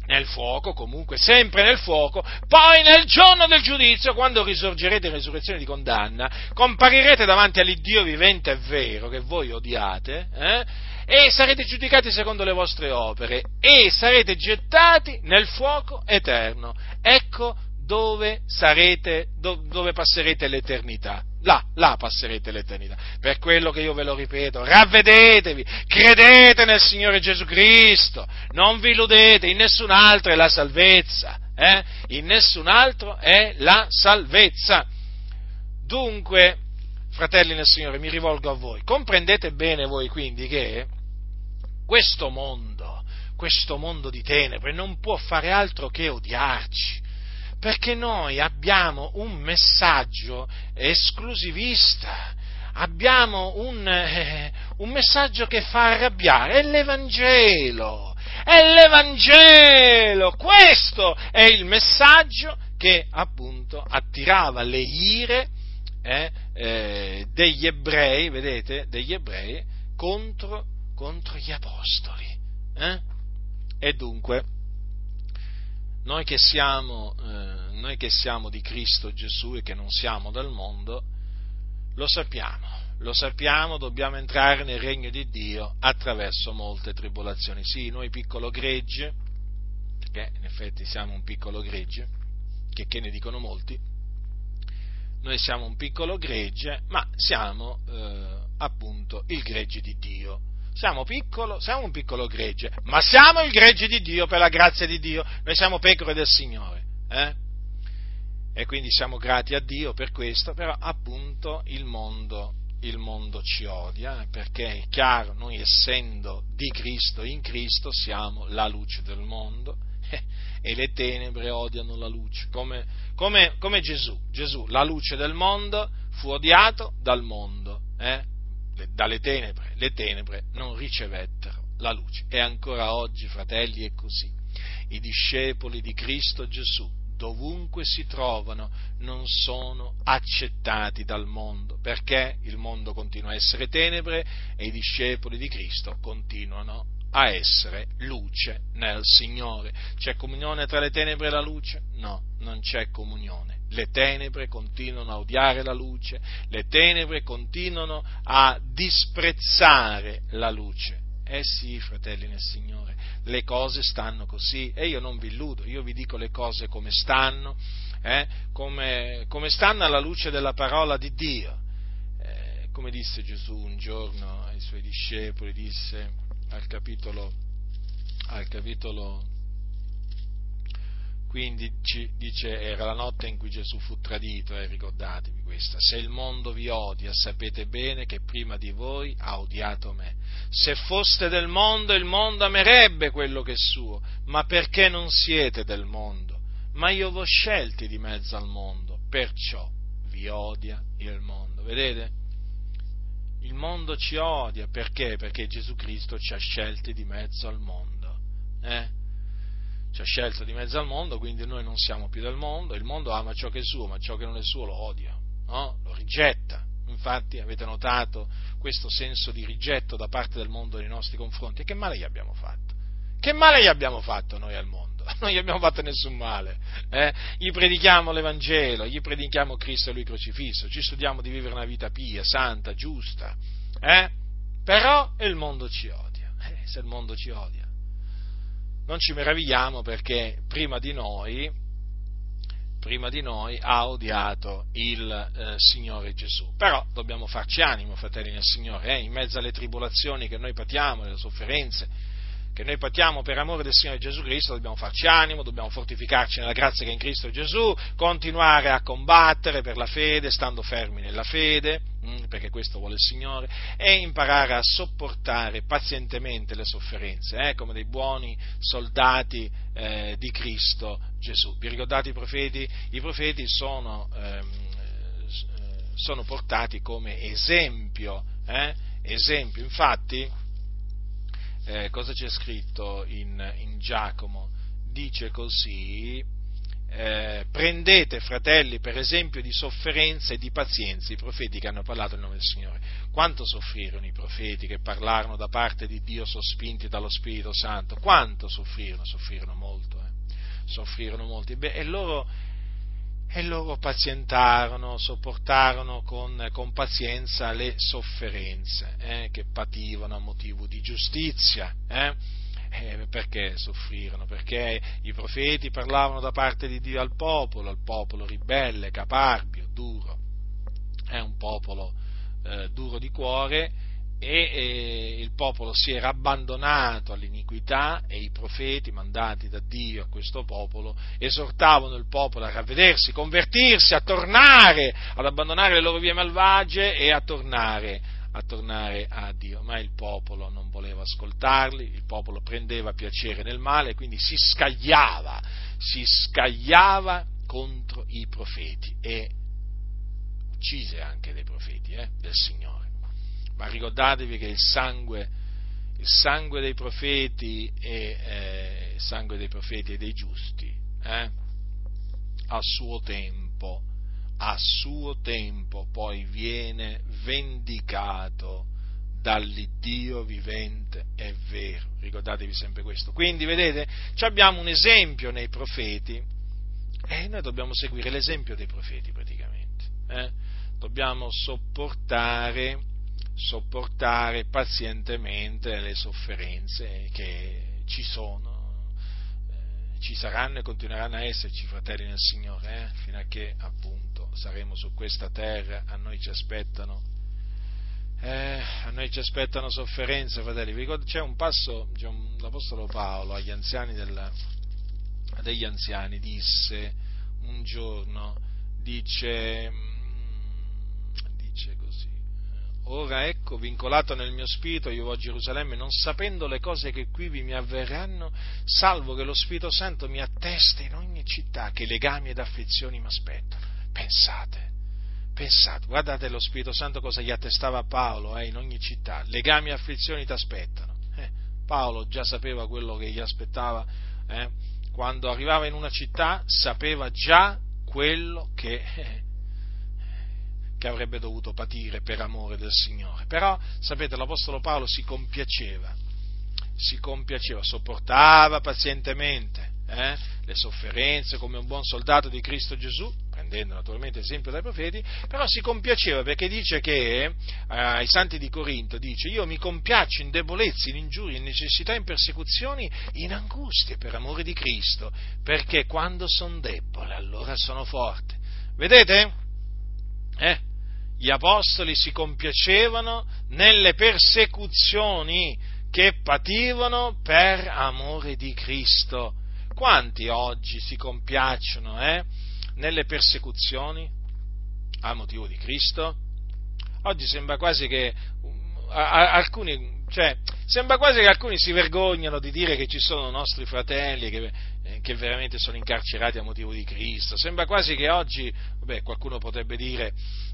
nel fuoco, comunque, sempre nel fuoco, poi nel giorno del giudizio, quando risorgerete in resurrezione di condanna, comparirete davanti all'Iddio vivente e vero, che voi odiate, eh, e sarete giudicati secondo le vostre opere, e sarete gettati nel fuoco eterno. Ecco dove sarete, do, dove passerete l'eternità. Là, là passerete l'eternità. Per quello che io ve lo ripeto, ravvedetevi, credete nel Signore Gesù Cristo, non vi illudete, in nessun altro è la salvezza, eh? In nessun altro è la salvezza. Dunque, fratelli nel Signore, mi rivolgo a voi, comprendete bene voi quindi che questo mondo, questo mondo di tenebre non può fare altro che odiarci, perché noi abbiamo un messaggio esclusivista, abbiamo un, eh, un messaggio che fa arrabbiare, è l'Evangelo, è l'Evangelo, questo è il messaggio che appunto attirava le ire eh, eh, degli ebrei, vedete, degli ebrei contro, contro gli apostoli. Eh? E dunque, Noi che, siamo, eh, noi che siamo di Cristo Gesù e che non siamo del mondo, lo sappiamo, lo sappiamo, dobbiamo entrare nel regno di Dio attraverso molte tribolazioni. Sì, noi piccolo gregge, perché in effetti siamo un piccolo gregge, che, che ne dicono molti, noi siamo un piccolo gregge, ma siamo eh, appunto il gregge di Dio. Siamo piccolo, siamo un piccolo gregge, ma siamo il gregge di Dio per la grazia di Dio. Noi siamo pecore del Signore, eh? E quindi siamo grati a Dio per questo, però appunto il mondo, il mondo ci odia, perché è chiaro, noi essendo di Cristo, in Cristo, siamo la luce del mondo, eh, e le tenebre odiano la luce, come, come, come Gesù. Gesù, la luce del mondo, fu odiato dal mondo, eh? dalle tenebre, le tenebre non ricevettero la luce. E ancora oggi, fratelli, è così. I discepoli di Cristo Gesù, dovunque si trovano, non sono accettati dal mondo, perché il mondo continua a essere tenebre e i discepoli di Cristo continuano a essere luce nel Signore. C'è comunione tra le tenebre e la luce? No, non c'è comunione. Le tenebre continuano a odiare la luce, le tenebre continuano a disprezzare la luce. Eh sì, fratelli nel Signore, le cose stanno così, e io non vi illudo, io vi dico le cose come stanno, eh, come, come stanno alla luce della parola di Dio. Eh, come disse Gesù un giorno ai suoi discepoli, disse al capitolo, al capitolo quindici, dice, era la notte in cui Gesù fu tradito, e eh, ricordatevi questa: se il mondo vi odia, sapete bene che prima di voi ha odiato me. Se foste del mondo, il mondo amerebbe quello che è suo, ma perché non siete del mondo, ma io v'ho scelti di mezzo al mondo, perciò vi odia il mondo. Vedete? Il mondo ci odia, perché? Perché Gesù Cristo ci ha scelti di mezzo al mondo, eh? Ci ha scelto di mezzo al mondo, quindi noi non siamo più del mondo. Il mondo ama ciò che è suo, ma ciò che non è suo lo odia, no? Lo rigetta. Infatti avete notato questo senso di rigetto da parte del mondo nei nostri confronti. E che male gli abbiamo fatto? Che male gli abbiamo fatto noi al mondo? Non gli abbiamo fatto nessun male, eh? Gli predichiamo l'Evangelo, gli predichiamo Cristo e Lui crocifisso, ci studiamo di vivere una vita pia, santa, giusta, eh? Però il mondo ci odia. Eh, se il mondo ci odia, non ci meravigliamo, perché prima di noi, prima di noi ha odiato il eh, Signore Gesù. Però dobbiamo farci animo, fratelli nel Signore, eh? In mezzo alle tribolazioni che noi patiamo, alle sofferenze che noi patiamo per amore del Signore Gesù Cristo, dobbiamo farci animo, dobbiamo fortificarci nella grazia che è in Cristo Gesù, continuare a combattere per la fede, stando fermi nella fede, perché questo vuole il Signore, e imparare a sopportare pazientemente le sofferenze, eh, come dei buoni soldati eh, di Cristo Gesù. Vi ricordate i profeti? I profeti sono, ehm, sono portati come esempio, eh? esempio, infatti. Eh, cosa c'è scritto in, in Giacomo? Dice così, eh, prendete, fratelli, per esempio di sofferenza e di pazienza i profeti che hanno parlato in nome del Signore. Quanto soffrirono i profeti che parlarono da parte di Dio sospinti dallo Spirito Santo? Quanto soffrirono? Soffrirono molto, eh? Soffrirono molto. E, beh, e loro... E loro pazientarono, sopportarono con, con pazienza le sofferenze eh, che pativano a motivo di giustizia. Eh? Eh, perché soffrirono? Perché i profeti parlavano da parte di Dio al popolo, al popolo ribelle, caparbio, duro. È un popolo eh, duro di cuore, e eh, il popolo si era abbandonato all'iniquità, e i profeti mandati da Dio a questo popolo esortavano il popolo a ravvedersi, convertirsi, a tornare, ad abbandonare le loro vie malvagie e a tornare, a tornare a Dio. Ma il popolo non voleva ascoltarli, il popolo prendeva piacere nel male, quindi si scagliava, si scagliava contro i profeti e uccise anche dei profeti eh, del Signore. Ma ricordatevi che il sangue, il sangue dei profeti e eh, il sangue dei profeti e dei giusti, eh, a suo tempo, a suo tempo poi viene vendicato dall'Iddio vivente e vero. Ricordatevi sempre questo. Quindi, vedete, abbiamo un esempio nei profeti, e noi dobbiamo seguire l'esempio dei profeti praticamente. Eh? Dobbiamo sopportare sopportare pazientemente le sofferenze che ci sono, eh, ci saranno e continueranno a esserci, fratelli nel Signore, eh, fino a che appunto saremo su questa terra. A noi ci aspettano eh, a noi ci aspettano sofferenze, fratelli. Vi ricordo, c'è un passo, c'è un, l'Apostolo Paolo agli anziani della, degli anziani disse un giorno, dice dice così: ora ecco, vincolato nel mio spirito, io vo a Gerusalemme, non sapendo le cose che qui vi mi avverranno, salvo che lo Spirito Santo mi attesta in ogni città che legami ed afflizioni mi aspettano. Pensate, pensate, guardate lo Spirito Santo cosa gli attestava a Paolo eh, in ogni città: legami e afflizioni ti aspettano. Eh, Paolo già sapeva quello che gli aspettava, eh, quando arrivava in una città sapeva già quello che... Eh, che avrebbe dovuto patire per amore del Signore. Però, sapete, l'Apostolo Paolo si compiaceva, si compiaceva, sopportava pazientemente eh, le sofferenze come un buon soldato di Cristo Gesù, prendendo naturalmente esempio dai profeti, però si compiaceva perché dice che eh, ai santi di Corinto, dice: io mi compiaccio in debolezze, in ingiurie, in necessità, in persecuzioni, in angustie per amore di Cristo, perché quando sono debole allora sono forte. Vedete? Eh? Gli apostoli si compiacevano nelle persecuzioni che pativano per amore di Cristo. Quanti oggi si compiacciono eh, nelle persecuzioni a motivo di Cristo? Oggi sembra quasi che a, a, alcuni, cioè, sembra quasi che alcuni si vergognano di dire che ci sono nostri fratelli che, eh, che veramente sono incarcerati a motivo di Cristo. Sembra quasi che oggi, vabbè, qualcuno potrebbe dire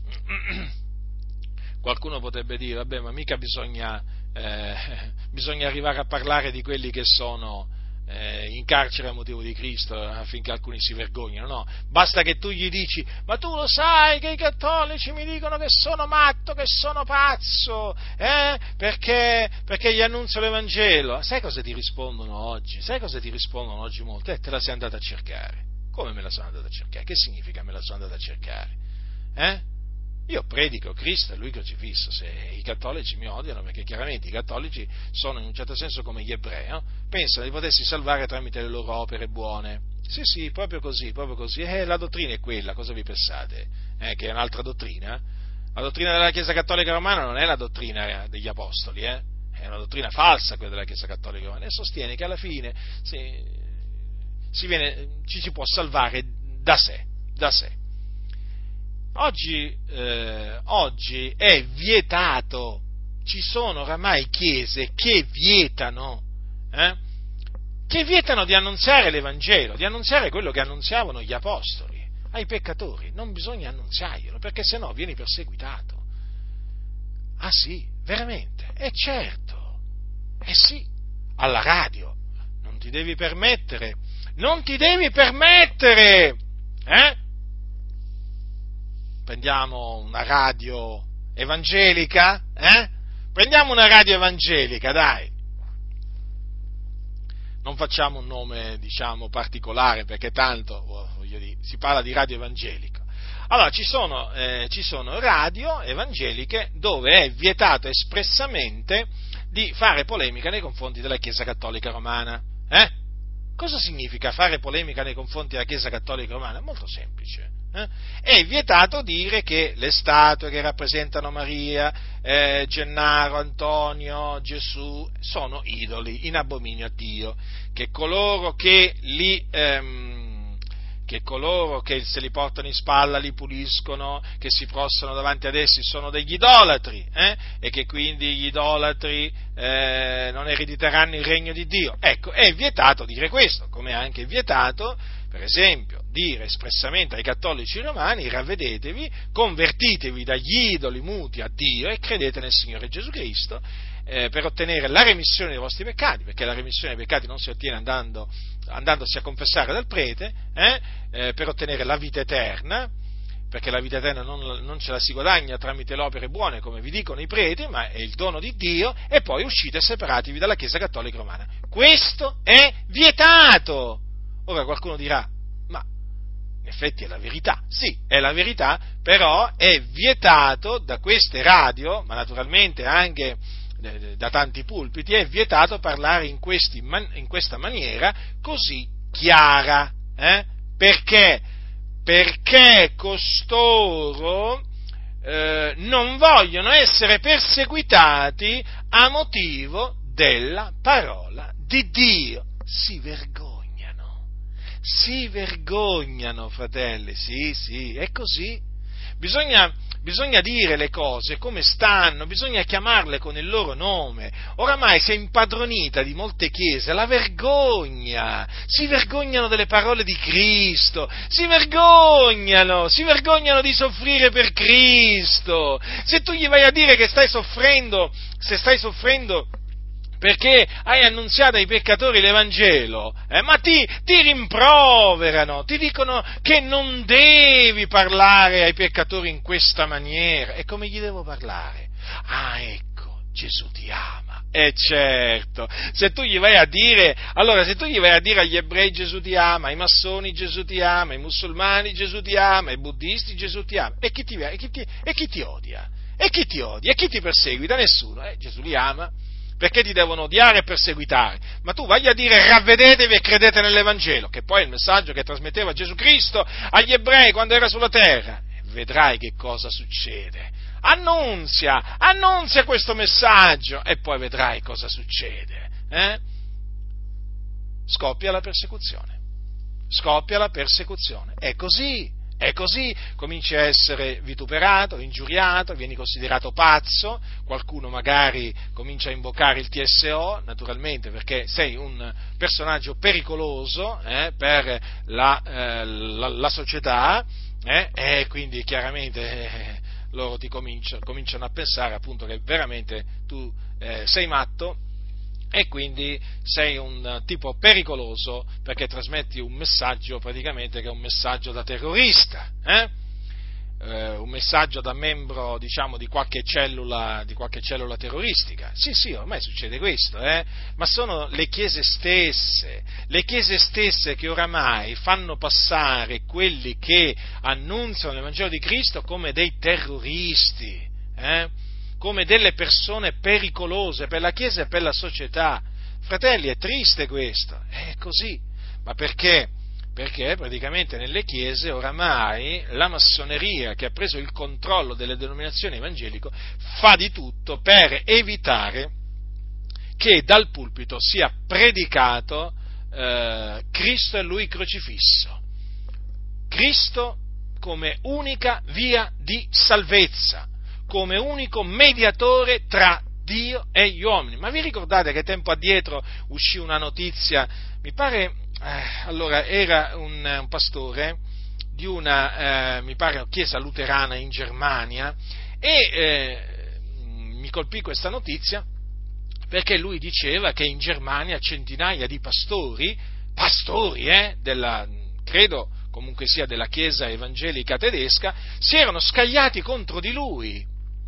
qualcuno potrebbe dire, vabbè, ma mica bisogna, eh, bisogna arrivare a parlare di quelli che sono eh, in carcere a motivo di Cristo affinché alcuni si vergognino. No, basta che tu gli dici: ma tu lo sai che i cattolici mi dicono che sono matto, che sono pazzo, eh? perché, perché gli annunzio l'Evangelo. Sai cosa ti rispondono oggi? Sai cosa ti rispondono oggi molto? Eh, te la sei andata a cercare. Come me la sono andata a cercare? Che significa me la sono andata a cercare? Eh? Io predico Cristo e Lui crocifisso. Se i cattolici mi odiano, perché chiaramente i cattolici sono in un certo senso come gli ebrei, no? Pensano di potersi salvare tramite le loro opere buone. Sì, sì, proprio così, proprio così. Eh, la dottrina è quella, cosa vi pensate? Eh, che è un'altra dottrina? La dottrina della Chiesa Cattolica Romana non è la dottrina degli Apostoli, eh? È una dottrina falsa quella della Chiesa Cattolica Romana, e sostiene che alla fine si, si viene, ci si può salvare da sé, da sé. Oggi, eh, oggi è vietato, ci sono oramai chiese che vietano, eh, che vietano di annunziare l'Evangelo, di annunziare quello che annunziavano gli apostoli ai peccatori. Non bisogna annunziarglielo, perché sennò vieni perseguitato. Ah sì, veramente? E certo, eh sì, alla radio non ti devi permettere non ti devi permettere, eh? Prendiamo una radio evangelica, eh? Prendiamo una radio evangelica, dai. Non facciamo un nome, diciamo, particolare, perché tanto, voglio dire, si parla di radio evangelica. Allora, ci sono, eh, ci sono radio evangeliche dove è vietato espressamente di fare polemica nei confronti della Chiesa Cattolica Romana. Eh? Cosa significa fare polemica nei confronti della Chiesa Cattolica Romana? È molto semplice. Eh? È vietato dire che le statue che rappresentano Maria, eh, Gennaro, Antonio, Gesù sono idoli, in abominio a Dio, che coloro che li... Ehm, che coloro che se li portano in spalla li puliscono, che si prostrano davanti ad essi sono degli idolatri, eh? E che quindi gli idolatri eh, non erediteranno il regno di Dio. Ecco, è vietato dire questo, come è anche vietato, per esempio, dire espressamente ai cattolici romani: ravvedetevi, convertitevi dagli idoli muti a Dio e credete nel Signore Gesù Cristo, eh, per ottenere la remissione dei vostri peccati, perché la remissione dei peccati non si ottiene andando andandosi a confessare dal prete, eh, eh, per ottenere la vita eterna, perché la vita eterna non, non ce la si guadagna tramite le opere buone, come vi dicono i preti, ma è il dono di Dio, e poi uscite e separatevi dalla Chiesa Cattolica Romana. Questo è vietato! Ora qualcuno dirà: ma in effetti è la verità. Sì, è la verità, però è vietato da queste radio, ma naturalmente anche da tanti pulpiti, è vietato parlare in, questi, in questa maniera così chiara. Eh? Perché? Perché costoro eh, non vogliono essere perseguitati a motivo della parola di Dio. Si vergognano, si vergognano, fratelli, sì, sì, è così. Bisogna, bisogna dire le cose come stanno, bisogna chiamarle con il loro nome. Oramai si è impadronita di molte chiese la vergogna, si vergognano delle parole di Cristo, si vergognano, si vergognano di soffrire per Cristo. Se tu gli vai a dire che stai soffrendo, se stai soffrendo perché hai annunziato ai peccatori l'Evangelo, eh, ma ti, ti rimproverano, ti dicono che non devi parlare ai peccatori in questa maniera. E come gli devo parlare? Ah, ecco, Gesù ti ama. E certo, se tu gli vai a dire, allora se tu gli vai a dire agli ebrei Gesù ti ama, ai massoni Gesù ti ama, ai musulmani Gesù ti ama, ai buddisti Gesù ti ama, e chi ti, e chi ti, e chi ti odia? E chi ti odia? E chi ti perseguita? Nessuno. Eh, Gesù li ama. Perché ti devono odiare e perseguitare? Ma tu vai a dire: ravvedetevi e credete nell'Evangelo, che poi è il messaggio che trasmetteva Gesù Cristo agli ebrei quando era sulla terra. E vedrai che cosa succede. Annunzia, annunzia questo messaggio e poi vedrai cosa succede. Eh? Scoppia la persecuzione. Scoppia la persecuzione. È così. È così, cominci a essere vituperato, ingiuriato, vieni considerato pazzo, qualcuno magari comincia a invocare il T S O, naturalmente, perché sei un personaggio pericoloso eh, per la, eh, la, la società, eh, e quindi chiaramente eh, loro ti cominciano, cominciano a pensare appunto che veramente tu eh, sei matto, e quindi sei un tipo pericoloso, perché trasmetti un messaggio praticamente che è un messaggio da terrorista, eh? Eh, un messaggio da membro, diciamo, di qualche cellula, di qualche cellula terroristica. Sì, sì, ormai succede questo, eh? Ma sono le chiese stesse, le chiese stesse che oramai fanno passare quelli che annunziano l'Evangelo di Cristo come dei terroristi, eh? Come delle persone pericolose per la Chiesa e per la società. Fratelli, è triste questo, è così. Ma perché? Perché praticamente nelle chiese oramai la massoneria, che ha preso il controllo delle denominazioni evangeliche, fa di tutto per evitare che dal pulpito sia predicato eh, Cristo e Lui crocifisso. Cristo come unica via di salvezza, come unico mediatore tra Dio e gli uomini. Ma vi ricordate che tempo addietro uscì una notizia, mi pare, eh, allora era un, un pastore di una, eh, mi pare, chiesa luterana in Germania, e eh, mi colpì questa notizia perché lui diceva che in Germania centinaia di pastori pastori, eh, della, credo comunque sia della Chiesa evangelica tedesca, si erano scagliati contro di lui.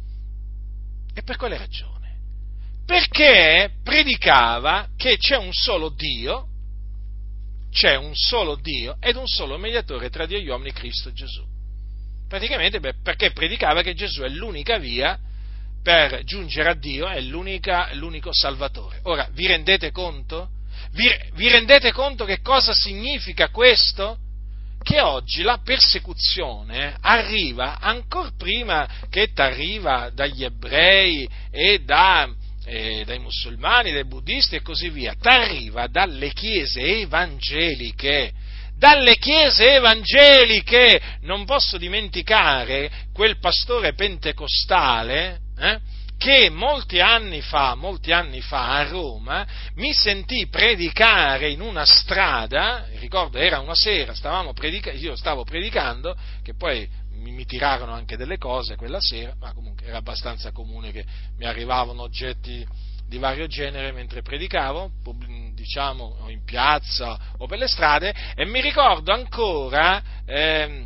E per quale ragione? Perché predicava che c'è un solo Dio, c'è un solo Dio ed un solo mediatore tra Dio e gli uomini, Cristo Gesù. Praticamente perché predicava che Gesù è l'unica via per giungere a Dio, è l'unica, l'unico Salvatore. Ora, vi rendete conto? Vi, vi rendete conto che cosa significa questo? Che oggi la persecuzione arriva ancora prima che t'arriva dagli ebrei e da, eh, dai musulmani, dai buddisti e così via, t'arriva dalle chiese evangeliche. Dalle chiese evangeliche! Non posso dimenticare quel pastore pentecostale eh, che molti anni fa, molti anni fa a Roma mi sentì predicare in una strada, ricordo era una sera, stavamo predica- io stavo predicando, che poi mi, mi tirarono anche delle cose quella sera, ma comunque era abbastanza comune che mi arrivavano oggetti di vario genere mentre predicavo, diciamo in piazza o per le strade, e mi ricordo ancora, eh,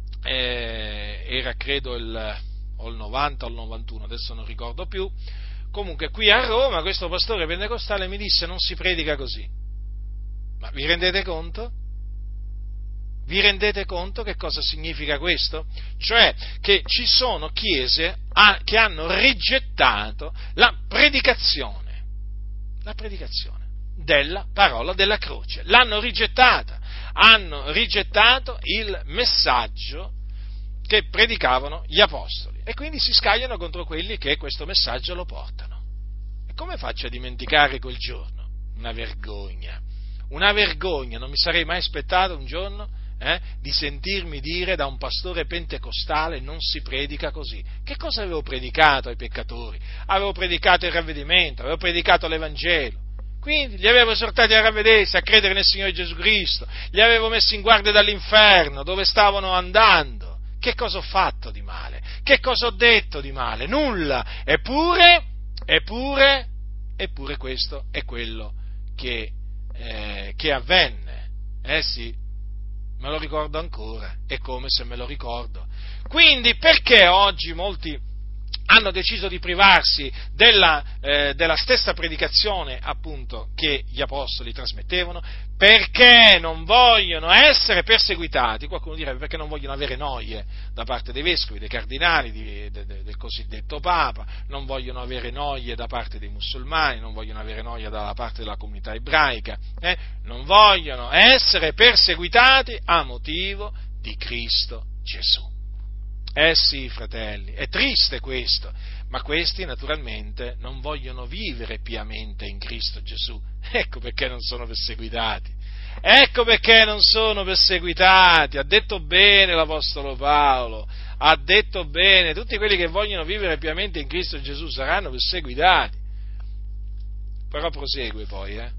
eh, era credo il, o il novanta o il novantuno, adesso non ricordo più, comunque qui a Roma questo pastore pentecostale mi disse: non si predica così. Ma vi rendete conto? Vi rendete conto che cosa significa questo? Cioè che ci sono chiese che hanno rigettato la predicazione, la predicazione della parola della croce, l'hanno rigettata, hanno rigettato il messaggio che predicavano gli apostoli e quindi si scagliano contro quelli che questo messaggio lo portano. E come faccio a dimenticare quel giorno? Una vergogna, una vergogna, non mi sarei mai aspettato un giorno Eh, di sentirmi dire da un pastore pentecostale: non si predica così. Che cosa avevo predicato ai peccatori? Avevo predicato il ravvedimento, avevo predicato l'Evangelo, quindi li avevo esortati a ravvedersi, a credere nel Signore Gesù Cristo, li avevo messi in guardia dall'inferno dove stavano andando. Che cosa ho fatto di male? Che cosa ho detto di male? Nulla. Eppure, eppure, eppure questo è quello che, eh, che avvenne. Eh sì. Me lo ricordo ancora, è come se me lo ricordo. Quindi perché oggi molti hanno deciso di privarsi della, eh, della stessa predicazione appunto che gli apostoli trasmettevano? Perché non vogliono essere perseguitati, qualcuno direbbe perché non vogliono avere noie da parte dei vescovi, dei cardinali, di, de, de, del cosiddetto Papa, non vogliono avere noie da parte dei musulmani, non vogliono avere noie dalla parte della comunità ebraica, eh? non vogliono essere perseguitati a motivo di Cristo Gesù. Eh sì, fratelli, è triste questo, ma questi naturalmente non vogliono vivere piamente in Cristo Gesù, ecco perché non sono perseguitati, ecco perché non sono perseguitati, ha detto bene l'Apostolo Paolo, ha detto bene, tutti quelli che vogliono vivere piamente in Cristo Gesù saranno perseguitati, però prosegue poi, eh,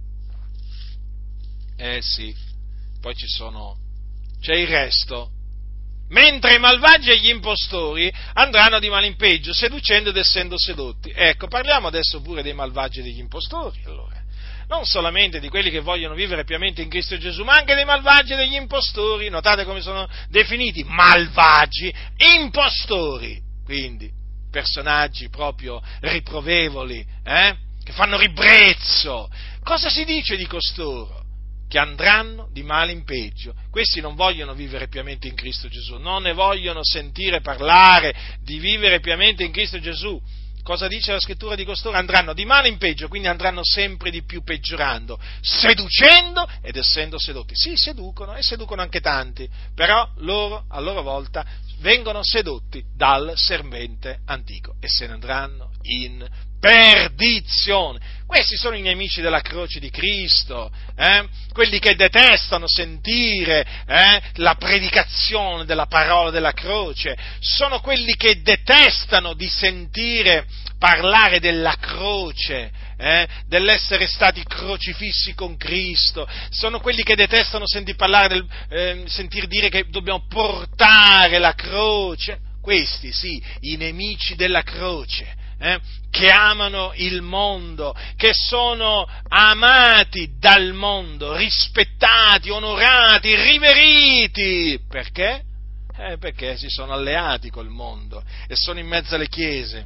eh sì, poi ci sono, c'è il resto. Mentre i malvagi e gli impostori andranno di male in peggio, seducendo ed essendo sedotti. Ecco, parliamo adesso pure dei malvagi e degli impostori, allora. Non solamente di quelli che vogliono vivere piamente in Cristo Gesù, ma anche dei malvagi e degli impostori. Notate come sono definiti: malvagi, impostori. Quindi, personaggi proprio riprovevoli, eh? Che fanno ribrezzo. Cosa si dice di costoro? Che andranno di male in peggio. Questi non vogliono vivere piamente in Cristo Gesù, non ne vogliono sentire parlare di vivere piamente in Cristo Gesù. Cosa dice la scrittura di costoro? Andranno di male in peggio, quindi andranno sempre di più peggiorando, seducendo ed essendo sedotti. Sì, seducono e seducono anche tanti, però loro a loro volta vengono sedotti dal serpente antico e se ne andranno in perdizione. Questi sono i nemici della croce di Cristo, eh? Quelli che detestano sentire eh, la predicazione della parola della croce, sono quelli che detestano di sentire parlare della croce, eh? dell'essere stati crocifissi con Cristo, sono quelli che detestano sentir parlare del, eh, sentir dire che dobbiamo portare la croce. Questi sì, i nemici della croce. eh, che amano il mondo, che sono amati dal mondo, rispettati, onorati, riveriti. Perché? Eh, perché si sono alleati col mondo e sono in mezzo alle chiese.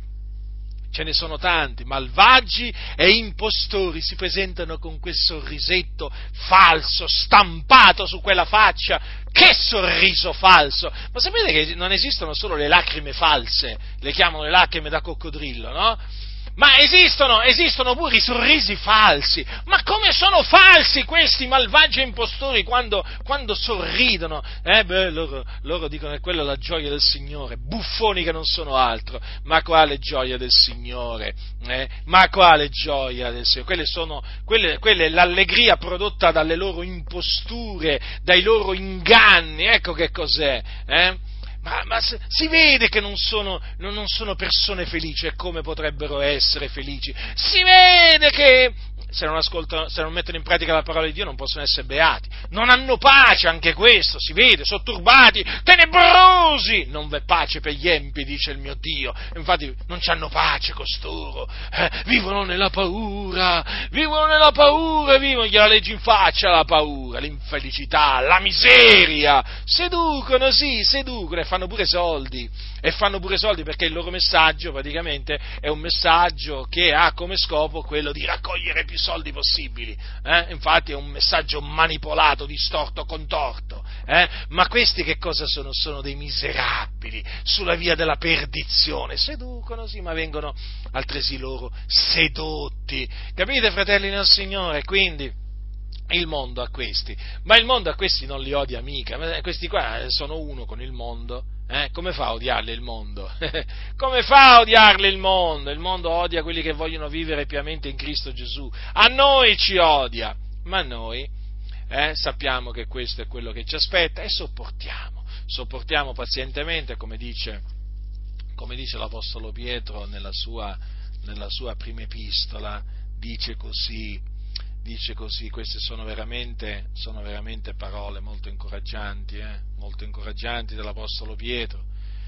Ce ne sono tanti, malvagi e impostori, si presentano con quel sorrisetto falso, stampato su quella faccia. Che sorriso falso! Ma sapete che non esistono solo le lacrime false, le chiamano le lacrime da coccodrillo, no? Ma esistono, esistono pure i sorrisi falsi. Ma come sono falsi questi malvagi impostori quando, quando sorridono? Eh beh, loro, loro dicono che quella è la gioia del Signore, buffoni che non sono altro. Ma quale gioia del Signore? Eh? Ma quale gioia del Signore? Quelle sono, quelle, quelle è l'allegria prodotta dalle loro imposture, dai loro inganni, ecco che cos'è, eh? Ma, ma si vede che non sono, non sono persone felici, e come potrebbero essere felici? Si vede che se non ascoltano, se non mettono in pratica la parola di Dio non possono essere beati. Non hanno pace, anche questo, si vede, sono turbati, tenebrosi. Non v'è pace per gli empi, dice il mio Dio. Infatti non c'hanno pace costoro, eh, vivono nella paura, vivono nella paura, vivono, gliela leggi in faccia la paura, l'infelicità, la miseria. Seducono, sì, seducono e fanno pure soldi. E fanno pure soldi perché il loro messaggio praticamente è un messaggio che ha come scopo quello di raccogliere più soldi possibili, eh? Infatti è un messaggio manipolato, distorto, contorto, eh? Ma questi che cosa sono? Sono dei miserabili sulla via della perdizione, seducono sì, ma vengono altresì loro sedotti, capite, fratelli nel Signore? Quindi il mondo a questi, ma il mondo a questi non li odia mica, questi qua sono uno con il mondo. Eh, come fa a odiarli il mondo? Come fa a odiarli il mondo? Il mondo odia quelli che vogliono vivere piamente in Cristo Gesù. A noi ci odia, ma noi eh, sappiamo che questo è quello che ci aspetta e sopportiamo, sopportiamo pazientemente, come dice, come dice l'Apostolo Pietro nella sua, nella sua prima epistola, dice così. Dice così, queste sono veramente, sono veramente parole molto incoraggianti, eh? molto incoraggianti dell'Apostolo Pietro.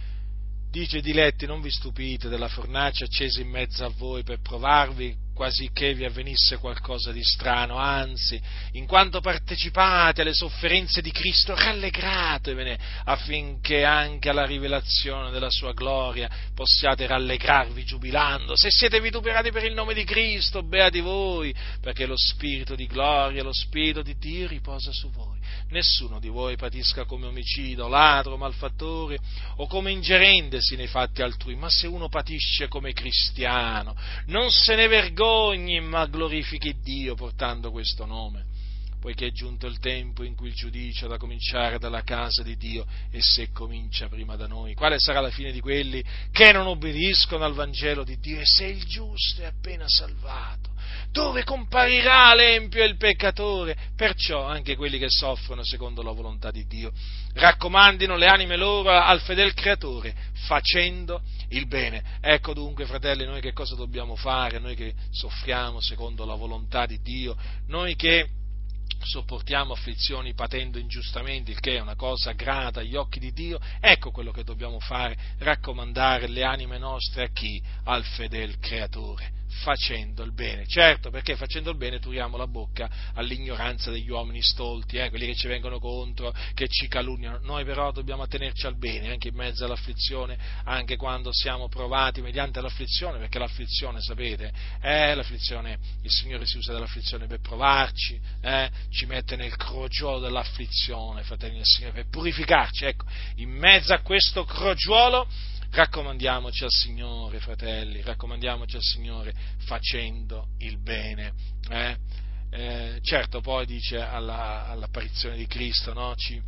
Dice: diletti, non vi stupite della fornace accesa in mezzo a voi per provarvi, quasi che vi avvenisse qualcosa di strano, anzi, in quanto partecipate alle sofferenze di Cristo, rallegratevene, affinché anche alla rivelazione della sua gloria possiate rallegrarvi giubilando. Se siete vituperati per il nome di Cristo, beati voi, perché lo Spirito di gloria, lo Spirito di Dio riposa su voi. Nessuno di voi patisca come omicida, ladro, malfattore o come ingerendesi nei fatti altrui, ma se uno patisce come cristiano, non se ne vergogni, ma glorifichi Dio portando questo nome, poiché è giunto il tempo in cui il giudizio ha da cominciare dalla casa di Dio, e se comincia prima da noi, quale sarà la fine di quelli che non obbediscono al Vangelo di Dio? E se il giusto è appena salvato, dove comparirà l'empio e il peccatore? Perciò anche quelli che soffrono secondo la volontà di Dio raccomandino le anime loro al fedel Creatore, facendo il bene. Ecco dunque, fratelli, noi che cosa dobbiamo fare? Noi che soffriamo secondo la volontà di Dio, noi che sopportiamo afflizioni patendo ingiustamente, il che è una cosa grata agli occhi di Dio, ecco quello che dobbiamo fare: raccomandare le anime nostre a chi? Al fedel Creatore, facendo il bene. Certo, perché facendo il bene turiamo la bocca all'ignoranza degli uomini stolti, eh, quelli che ci vengono contro, che ci calunniano. Noi però dobbiamo attenerci al bene, anche in mezzo all'afflizione, anche quando siamo provati mediante l'afflizione, perché l'afflizione, sapete, eh, l'afflizione, il Signore si usa dell'afflizione per provarci, eh, ci mette nel crogiolo dell'afflizione, fratelli del Signore, per purificarci. Ecco, in mezzo a questo crogiolo raccomandiamoci al Signore, fratelli, raccomandiamoci al Signore facendo il bene. Eh? Eh, certo, poi dice alla, all'apparizione di Cristo, no? Ci,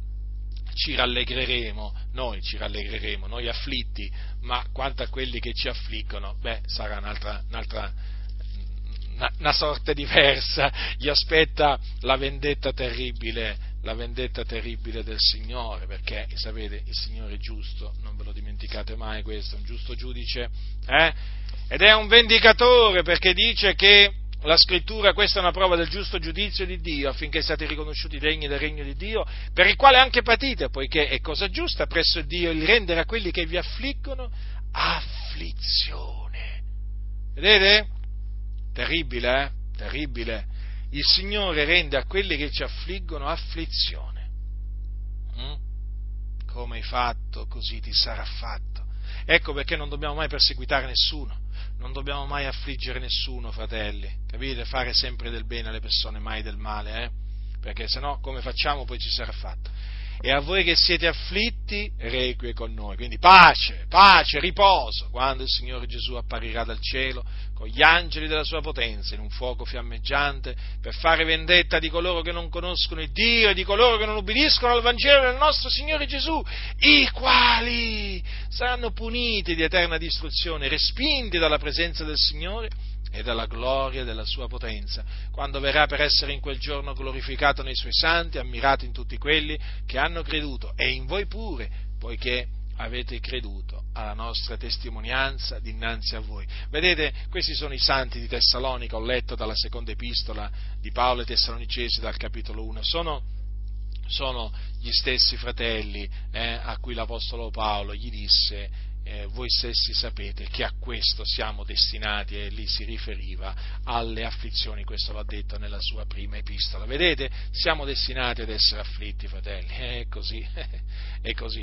ci rallegreremo, noi ci rallegreremo, noi afflitti, ma quanto a quelli che ci affliggono, beh, sarà un'altra, un'altra una, una sorte diversa, gli aspetta la vendetta terribile, la vendetta terribile del Signore, perché sapete, il Signore è giusto, non ve lo dimenticate mai questo, è un giusto giudice, eh? Ed è un vendicatore, perché dice che la Scrittura, questa è una prova del giusto giudizio di Dio, affinché siate riconosciuti degni del regno di Dio, per il quale anche patite, poiché è cosa giusta presso Dio il rendere a quelli che vi affliggono afflizione Vedete? Terribile, eh? Terribile. Il Signore rende a quelli che ci affliggono afflizione. Mm? Come hai fatto, così ti sarà fatto. Ecco perché non dobbiamo mai perseguitare nessuno, non dobbiamo mai affliggere nessuno, fratelli, capite? Fare sempre del bene alle persone, mai del male, eh? Perché sennò come facciamo poi ci sarà fatto. E a voi che siete afflitti, requie con noi. Quindi pace, pace, riposo, quando il Signore Gesù apparirà dal cielo con gli angeli della sua potenza in un fuoco fiammeggiante per fare vendetta di coloro che non conoscono il Dio e di coloro che non ubbidiscono al Vangelo del nostro Signore Gesù, i quali saranno puniti di eterna distruzione, respinti dalla presenza del Signore e dalla gloria della sua potenza, quando verrà per essere in quel giorno glorificato nei suoi santi, ammirato in tutti quelli che hanno creduto, e in voi pure, poiché avete creduto alla nostra testimonianza dinanzi a voi. Vedete, questi sono i santi di Tessalonica, ho letto dalla seconda epistola di Paolo ai Tessalonicesi, dal capitolo uno, sono, sono gli stessi fratelli eh, a cui l'Apostolo Paolo gli disse: Eh, voi stessi sapete che a questo siamo destinati, e lì si riferiva alle afflizioni, questo l'ha detto nella sua prima epistola. Vedete, siamo destinati ad essere afflitti, fratelli, è così, è così,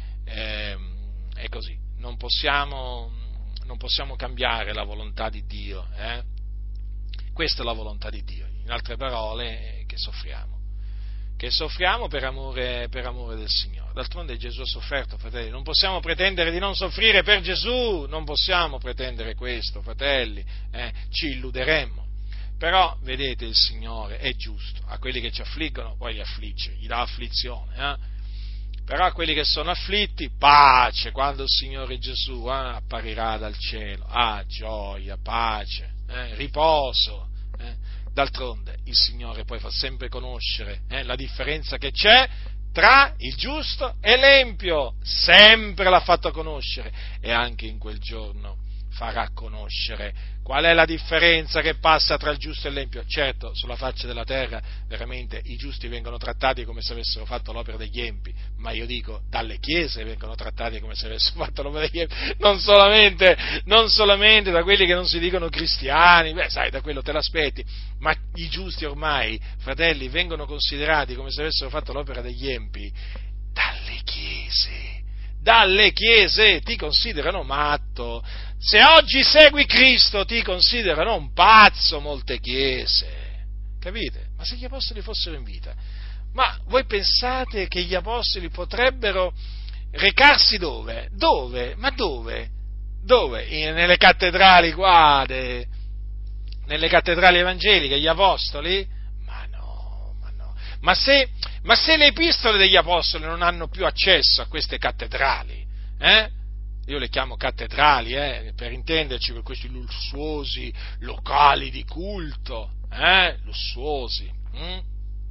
è, è così, non possiamo, non possiamo cambiare la volontà di Dio, eh? Questa è la volontà di Dio, in altre parole, che soffriamo. che soffriamo per amore, per amore del Signore. D'altronde Gesù ha sofferto, fratelli, non possiamo pretendere di non soffrire per Gesù, non possiamo pretendere questo, fratelli, eh, ci illuderemmo. Però, vedete, il Signore è giusto, a quelli che ci affliggono poi li affligge, gli dà afflizione, eh? Però a quelli che sono afflitti, pace, quando il Signore Gesù eh, apparirà dal cielo, ah, gioia, pace, eh, riposo, eh? D'altronde il Signore poi fa sempre conoscere eh, la differenza che c'è tra il giusto e l'empio, sempre l'ha fatto conoscere, e anche in quel giorno farà conoscere qual è la differenza che passa tra il giusto e l'empio. Certo, sulla faccia della terra veramente i giusti vengono trattati come se avessero fatto l'opera degli empi, ma io dico, dalle chiese vengono trattati come se avessero fatto l'opera degli empi, non solamente, non solamente da quelli che non si dicono cristiani, beh sai, da quello te l'aspetti, ma i giusti ormai, fratelli, vengono considerati come se avessero fatto l'opera degli empi dalle chiese. Dalle chiese ti considerano matto. Se oggi segui Cristo ti considerano un pazzo molte chiese, capite? Ma se gli apostoli fossero in vita, ma voi pensate che gli apostoli potrebbero recarsi dove? Dove? Ma dove? Dove? In, nelle cattedrali qua, de, nelle cattedrali evangeliche, gli apostoli? Ma no, ma no. Ma se, ma se le epistole degli apostoli non hanno più accesso a queste cattedrali, eh? Io le chiamo cattedrali, eh, per intenderci, per questi lussuosi locali di culto, eh, lussuosi, hm?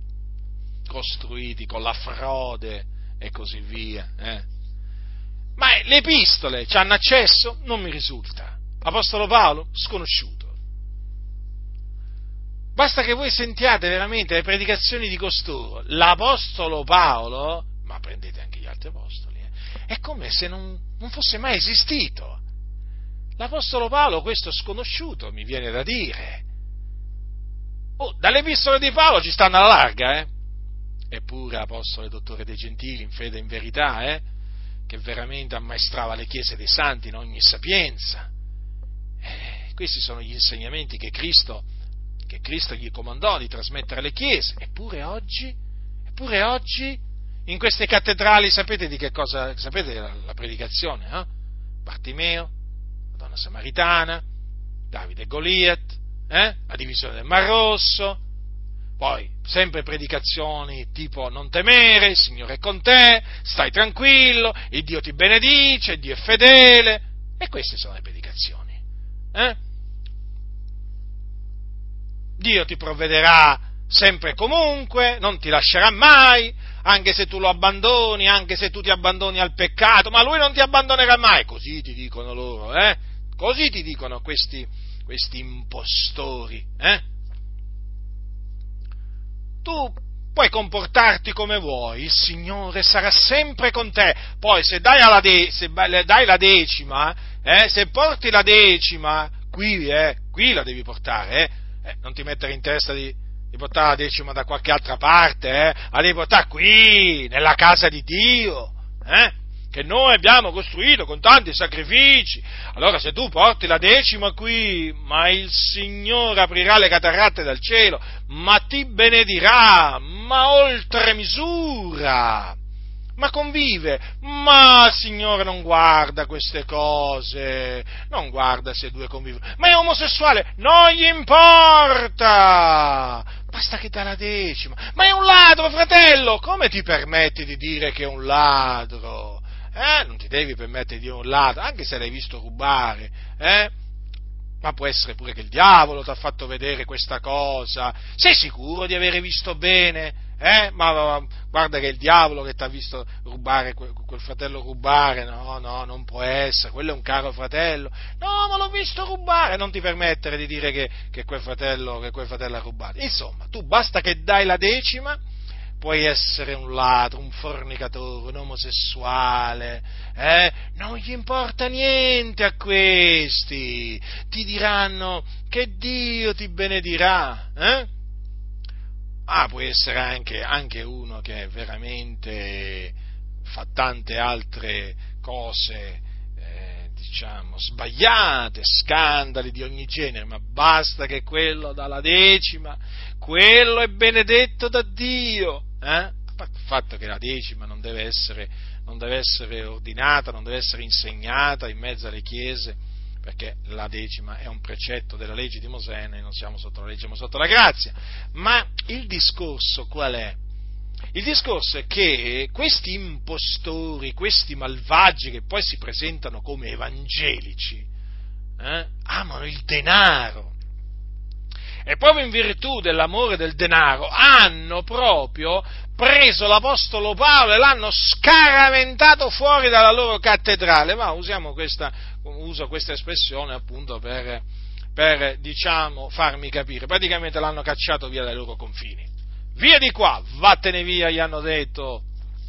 costruiti con la frode e così via. Eh. Ma le epistole ci hanno accesso? Non mi risulta. Apostolo Paolo? Sconosciuto. Basta che voi sentiate veramente le predicazioni di costoro. L'Apostolo Paolo, ma prendete anche gli altri apostoli, eh, è come se non... non fosse mai esistito. L'Apostolo Paolo, questo sconosciuto, mi viene da dire. Oh, dalle epistole di Paolo ci stanno alla larga, eh? Eppure apostolo e dottore dei gentili, in fede e in verità, eh? Che veramente ammaestrava le chiese dei santi in ogni sapienza. Eh, questi sono gli insegnamenti che Cristo, che Cristo gli comandò di trasmettere alle chiese. Eppure oggi, eppure oggi, in queste cattedrali, sapete di che cosa, sapete la, la predicazione, eh? Bartimeo, la donna samaritana, Davide e Goliat, eh? La divisione del Mar Rosso, poi sempre predicazioni tipo non temere, il Signore è con te, stai tranquillo, il Dio ti benedice, il Dio è fedele, e queste sono le predicazioni, eh? Dio ti provvederà sempre e comunque, non ti lascerà mai, anche se tu lo abbandoni, anche se tu ti abbandoni al peccato, ma Lui non ti abbandonerà mai, così ti dicono loro, eh? Così ti dicono questi, questi impostori, eh? Tu puoi comportarti come vuoi, il Signore sarà sempre con te, poi se dai, alla de- se dai la decima, eh? Se porti la decima, qui, eh, qui la devi portare, eh, eh non ti mettere in testa di, di portare la decima da qualche altra parte, eh, la devi portare qui, nella casa di Dio, eh, che noi abbiamo costruito con tanti sacrifici. Allora se tu porti la decima qui, ma il Signore aprirà le cataratte dal cielo, ma ti benedirà, ma oltre misura, ma convive, ma il Signore non guarda queste cose, non guarda se due convivono, ma è omosessuale, non gli importa, basta che dà la decima, ma è un ladro, fratello, come ti permetti di dire che è un ladro? Eh, non ti devi permettere di dire un ladro, anche se l'hai visto rubare, eh? Ma può essere pure che il diavolo ti ha fatto vedere questa cosa, sei sicuro di avere visto bene? Eh? Ma, ma, ma guarda che è il diavolo che ti ha visto rubare, quel, quel fratello rubare, no, no, non può essere, quello è un caro fratello, no, ma l'ho visto rubare, non ti permettere di dire che, che, quel fratello, che quel fratello ha rubato. Insomma, tu basta che dai la decima, puoi essere un ladro, un fornicatore, un omosessuale, eh? Non gli importa niente a questi, ti diranno che Dio ti benedirà, eh? Ah, puoi essere anche, anche uno che veramente fa tante altre cose, eh, diciamo, sbagliate, scandali di ogni genere, ma basta che quello dà la decima, quello è benedetto da Dio, eh? A parte il fatto che la decima non deve essere, non deve essere ordinata, non deve essere insegnata in mezzo alle chiese, perché la decima è un precetto della legge di Mosè, noi non siamo sotto la legge, siamo sotto la grazia. Ma il discorso qual è? Il discorso è che questi impostori, questi malvagi che poi si presentano come evangelici, eh, amano il denaro. E proprio in virtù dell'amore del denaro hanno proprio preso l'Apostolo Paolo e l'hanno scaraventato fuori dalla loro cattedrale. Ma usiamo questa, uso questa espressione appunto per, per, diciamo, farmi capire. Praticamente l'hanno cacciato via dai loro confini. Via di qua, vattene via, gli hanno detto.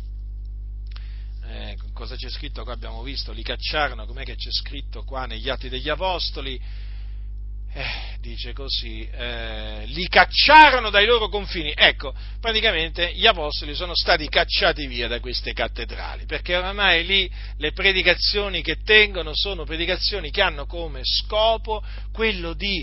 Eh, cosa c'è scritto qua? Abbiamo visto, li cacciarono, com'è che c'è scritto qua negli Atti degli Apostoli? Eh, dice così, eh, li cacciarono dai loro confini. Ecco, praticamente gli apostoli sono stati cacciati via da queste cattedrali, perché oramai lì le predicazioni che tengono sono predicazioni che hanno come scopo quello di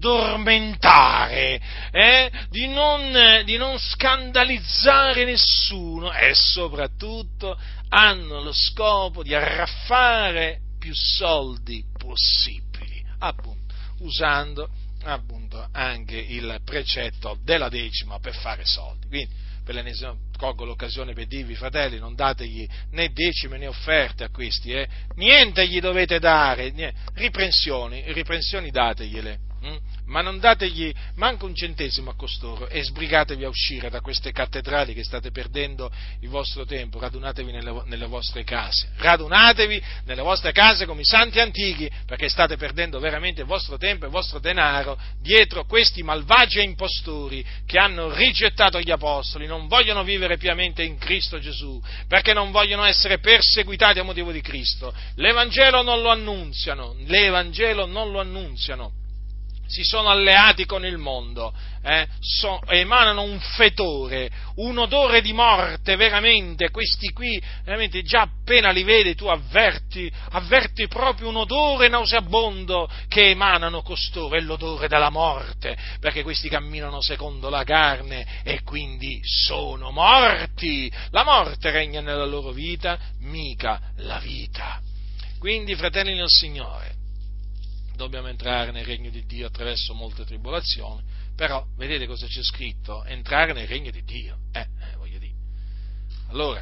addormentare, eh, di non, di non scandalizzare nessuno e soprattutto hanno lo scopo di arraffare più soldi possibili, appunto, usando appunto anche il precetto della decima per fare soldi. Quindi, per l'ennesima, colgo l'occasione per dirvi, fratelli, non dategli né decime né offerte a questi, eh? Niente gli dovete dare, niente. riprensioni, riprensioni dategliele, hm? ma non dategli manco un centesimo a costoro e sbrigatevi a uscire da queste cattedrali che state perdendo il vostro tempo, radunatevi nelle, nelle vostre case, radunatevi nelle vostre case come i santi antichi, perché state perdendo veramente il vostro tempo e il vostro denaro dietro questi malvagi e impostori che hanno rigettato gli apostoli, non vogliono vivere piamente in Cristo Gesù, perché non vogliono essere perseguitati a motivo di Cristo, l'Evangelo non lo annunziano, l'Evangelo non lo annunziano, si sono alleati con il mondo, eh, so, emanano un fetore, un odore di morte, veramente, questi qui, veramente, già appena li vedi tu avverti, avverti proprio un odore nauseabondo che emanano costoro, è l'odore della morte, perché questi camminano secondo la carne e quindi sono morti, la morte regna nella loro vita, mica la vita. Quindi, fratelli nel Signore, dobbiamo entrare nel regno di Dio attraverso molte tribolazioni, però vedete cosa c'è scritto? Entrare nel regno di Dio, eh, eh voglio dire. Allora,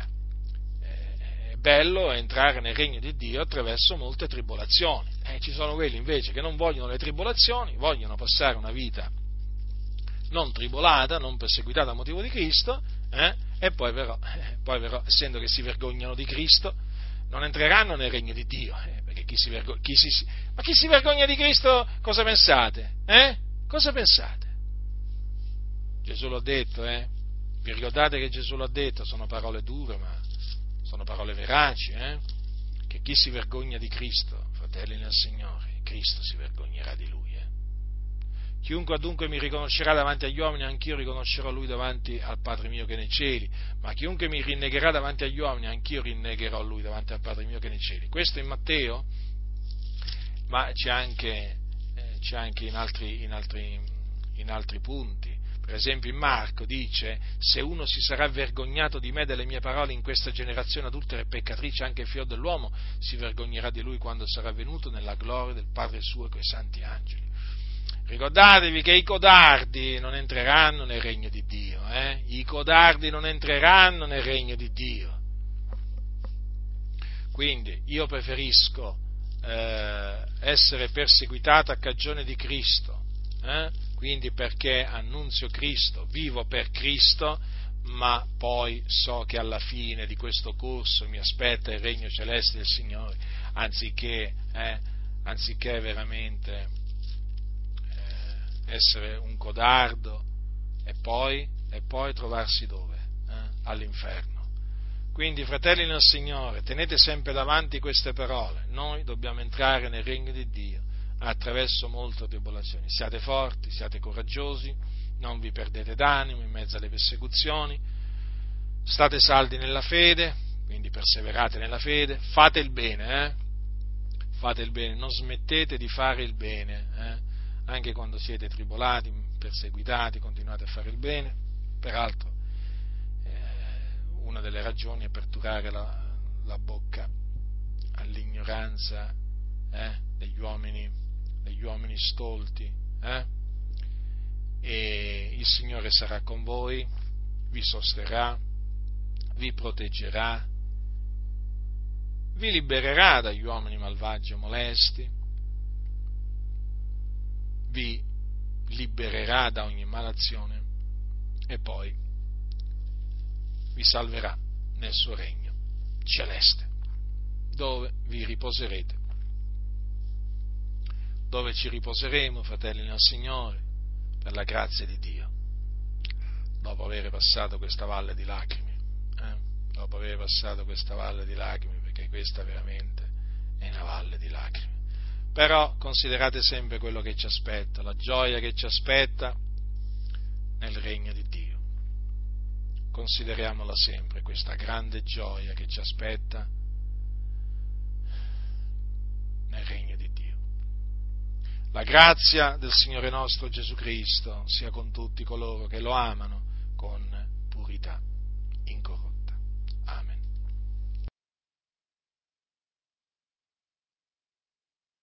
eh, è bello entrare nel regno di Dio attraverso molte tribolazioni, eh, ci sono quelli invece che non vogliono le tribolazioni, vogliono passare una vita non tribolata, non perseguitata a motivo di Cristo, eh, e poi però, eh, poi però, essendo che si vergognano di Cristo, non entreranno nel regno di Dio, eh, perché chi si, vergogna, chi si ma chi si vergogna di Cristo, cosa pensate? Eh? Cosa pensate? Gesù l'ha detto, eh? Vi ricordate che Gesù l'ha detto, sono parole dure, ma sono parole veraci, eh? Che chi si vergogna di Cristo, fratelli nel Signore, Cristo si vergognerà di lui. Eh. Chiunque dunque mi riconoscerà davanti agli uomini, anch'io riconoscerò lui davanti al Padre mio che è nei cieli, ma chiunque mi rinnegherà davanti agli uomini, anch'io rinnegherò lui davanti al Padre mio che è nei cieli. Questo in Matteo, ma c'è anche, eh, c'è anche in altri, in altri, in altri punti. Per esempio in Marco dice: se uno si sarà vergognato di me e delle mie parole in questa generazione adultera e peccatrice, anche il figlio dell'uomo si vergognerà di lui quando sarà venuto nella gloria del Padre suo coi santi angeli. Ricordatevi che i codardi non entreranno nel regno di Dio, eh? I codardi non entreranno nel regno di Dio. Quindi io preferisco eh, essere perseguitato a cagione di Cristo, eh? Quindi perché annunzio Cristo, vivo per Cristo, ma poi so che alla fine di questo corso mi aspetta il regno celeste del Signore, anziché, eh, anziché veramente eh, essere un codardo e poi, e poi trovarsi dove? Eh? All'inferno. Quindi, fratelli nel Signore, tenete sempre davanti queste parole: noi dobbiamo entrare nel regno di Dio attraverso molte tribolazioni. Siate forti, siate coraggiosi, non vi perdete d'animo in mezzo alle persecuzioni, state saldi nella fede, quindi perseverate nella fede, fate il bene, eh? Fate il bene, non smettete di fare il bene, eh? Anche quando siete tribolati, perseguitati, continuate a fare il bene. Peraltro, eh, una delle ragioni è per turare la, la bocca all'ignoranza eh? degli uomini degli uomini stolti, eh? E il Signore sarà con voi, vi sosterrà, vi proteggerà, vi libererà dagli uomini malvagi e molesti, vi libererà da ogni malazione e poi vi salverà nel suo regno celeste, dove vi riposerete. Dove ci riposeremo, fratelli nel Signore, per la grazia di Dio, dopo aver passato questa valle di lacrime, eh? dopo aver passato questa valle di lacrime, perché questa veramente è una valle di lacrime. Però considerate sempre quello che ci aspetta, la gioia che ci aspetta nel regno di Dio. Consideriamola sempre, questa grande gioia che ci aspetta nel regno di Dio. La grazia del Signore nostro Gesù Cristo sia con tutti coloro che lo amano con purità.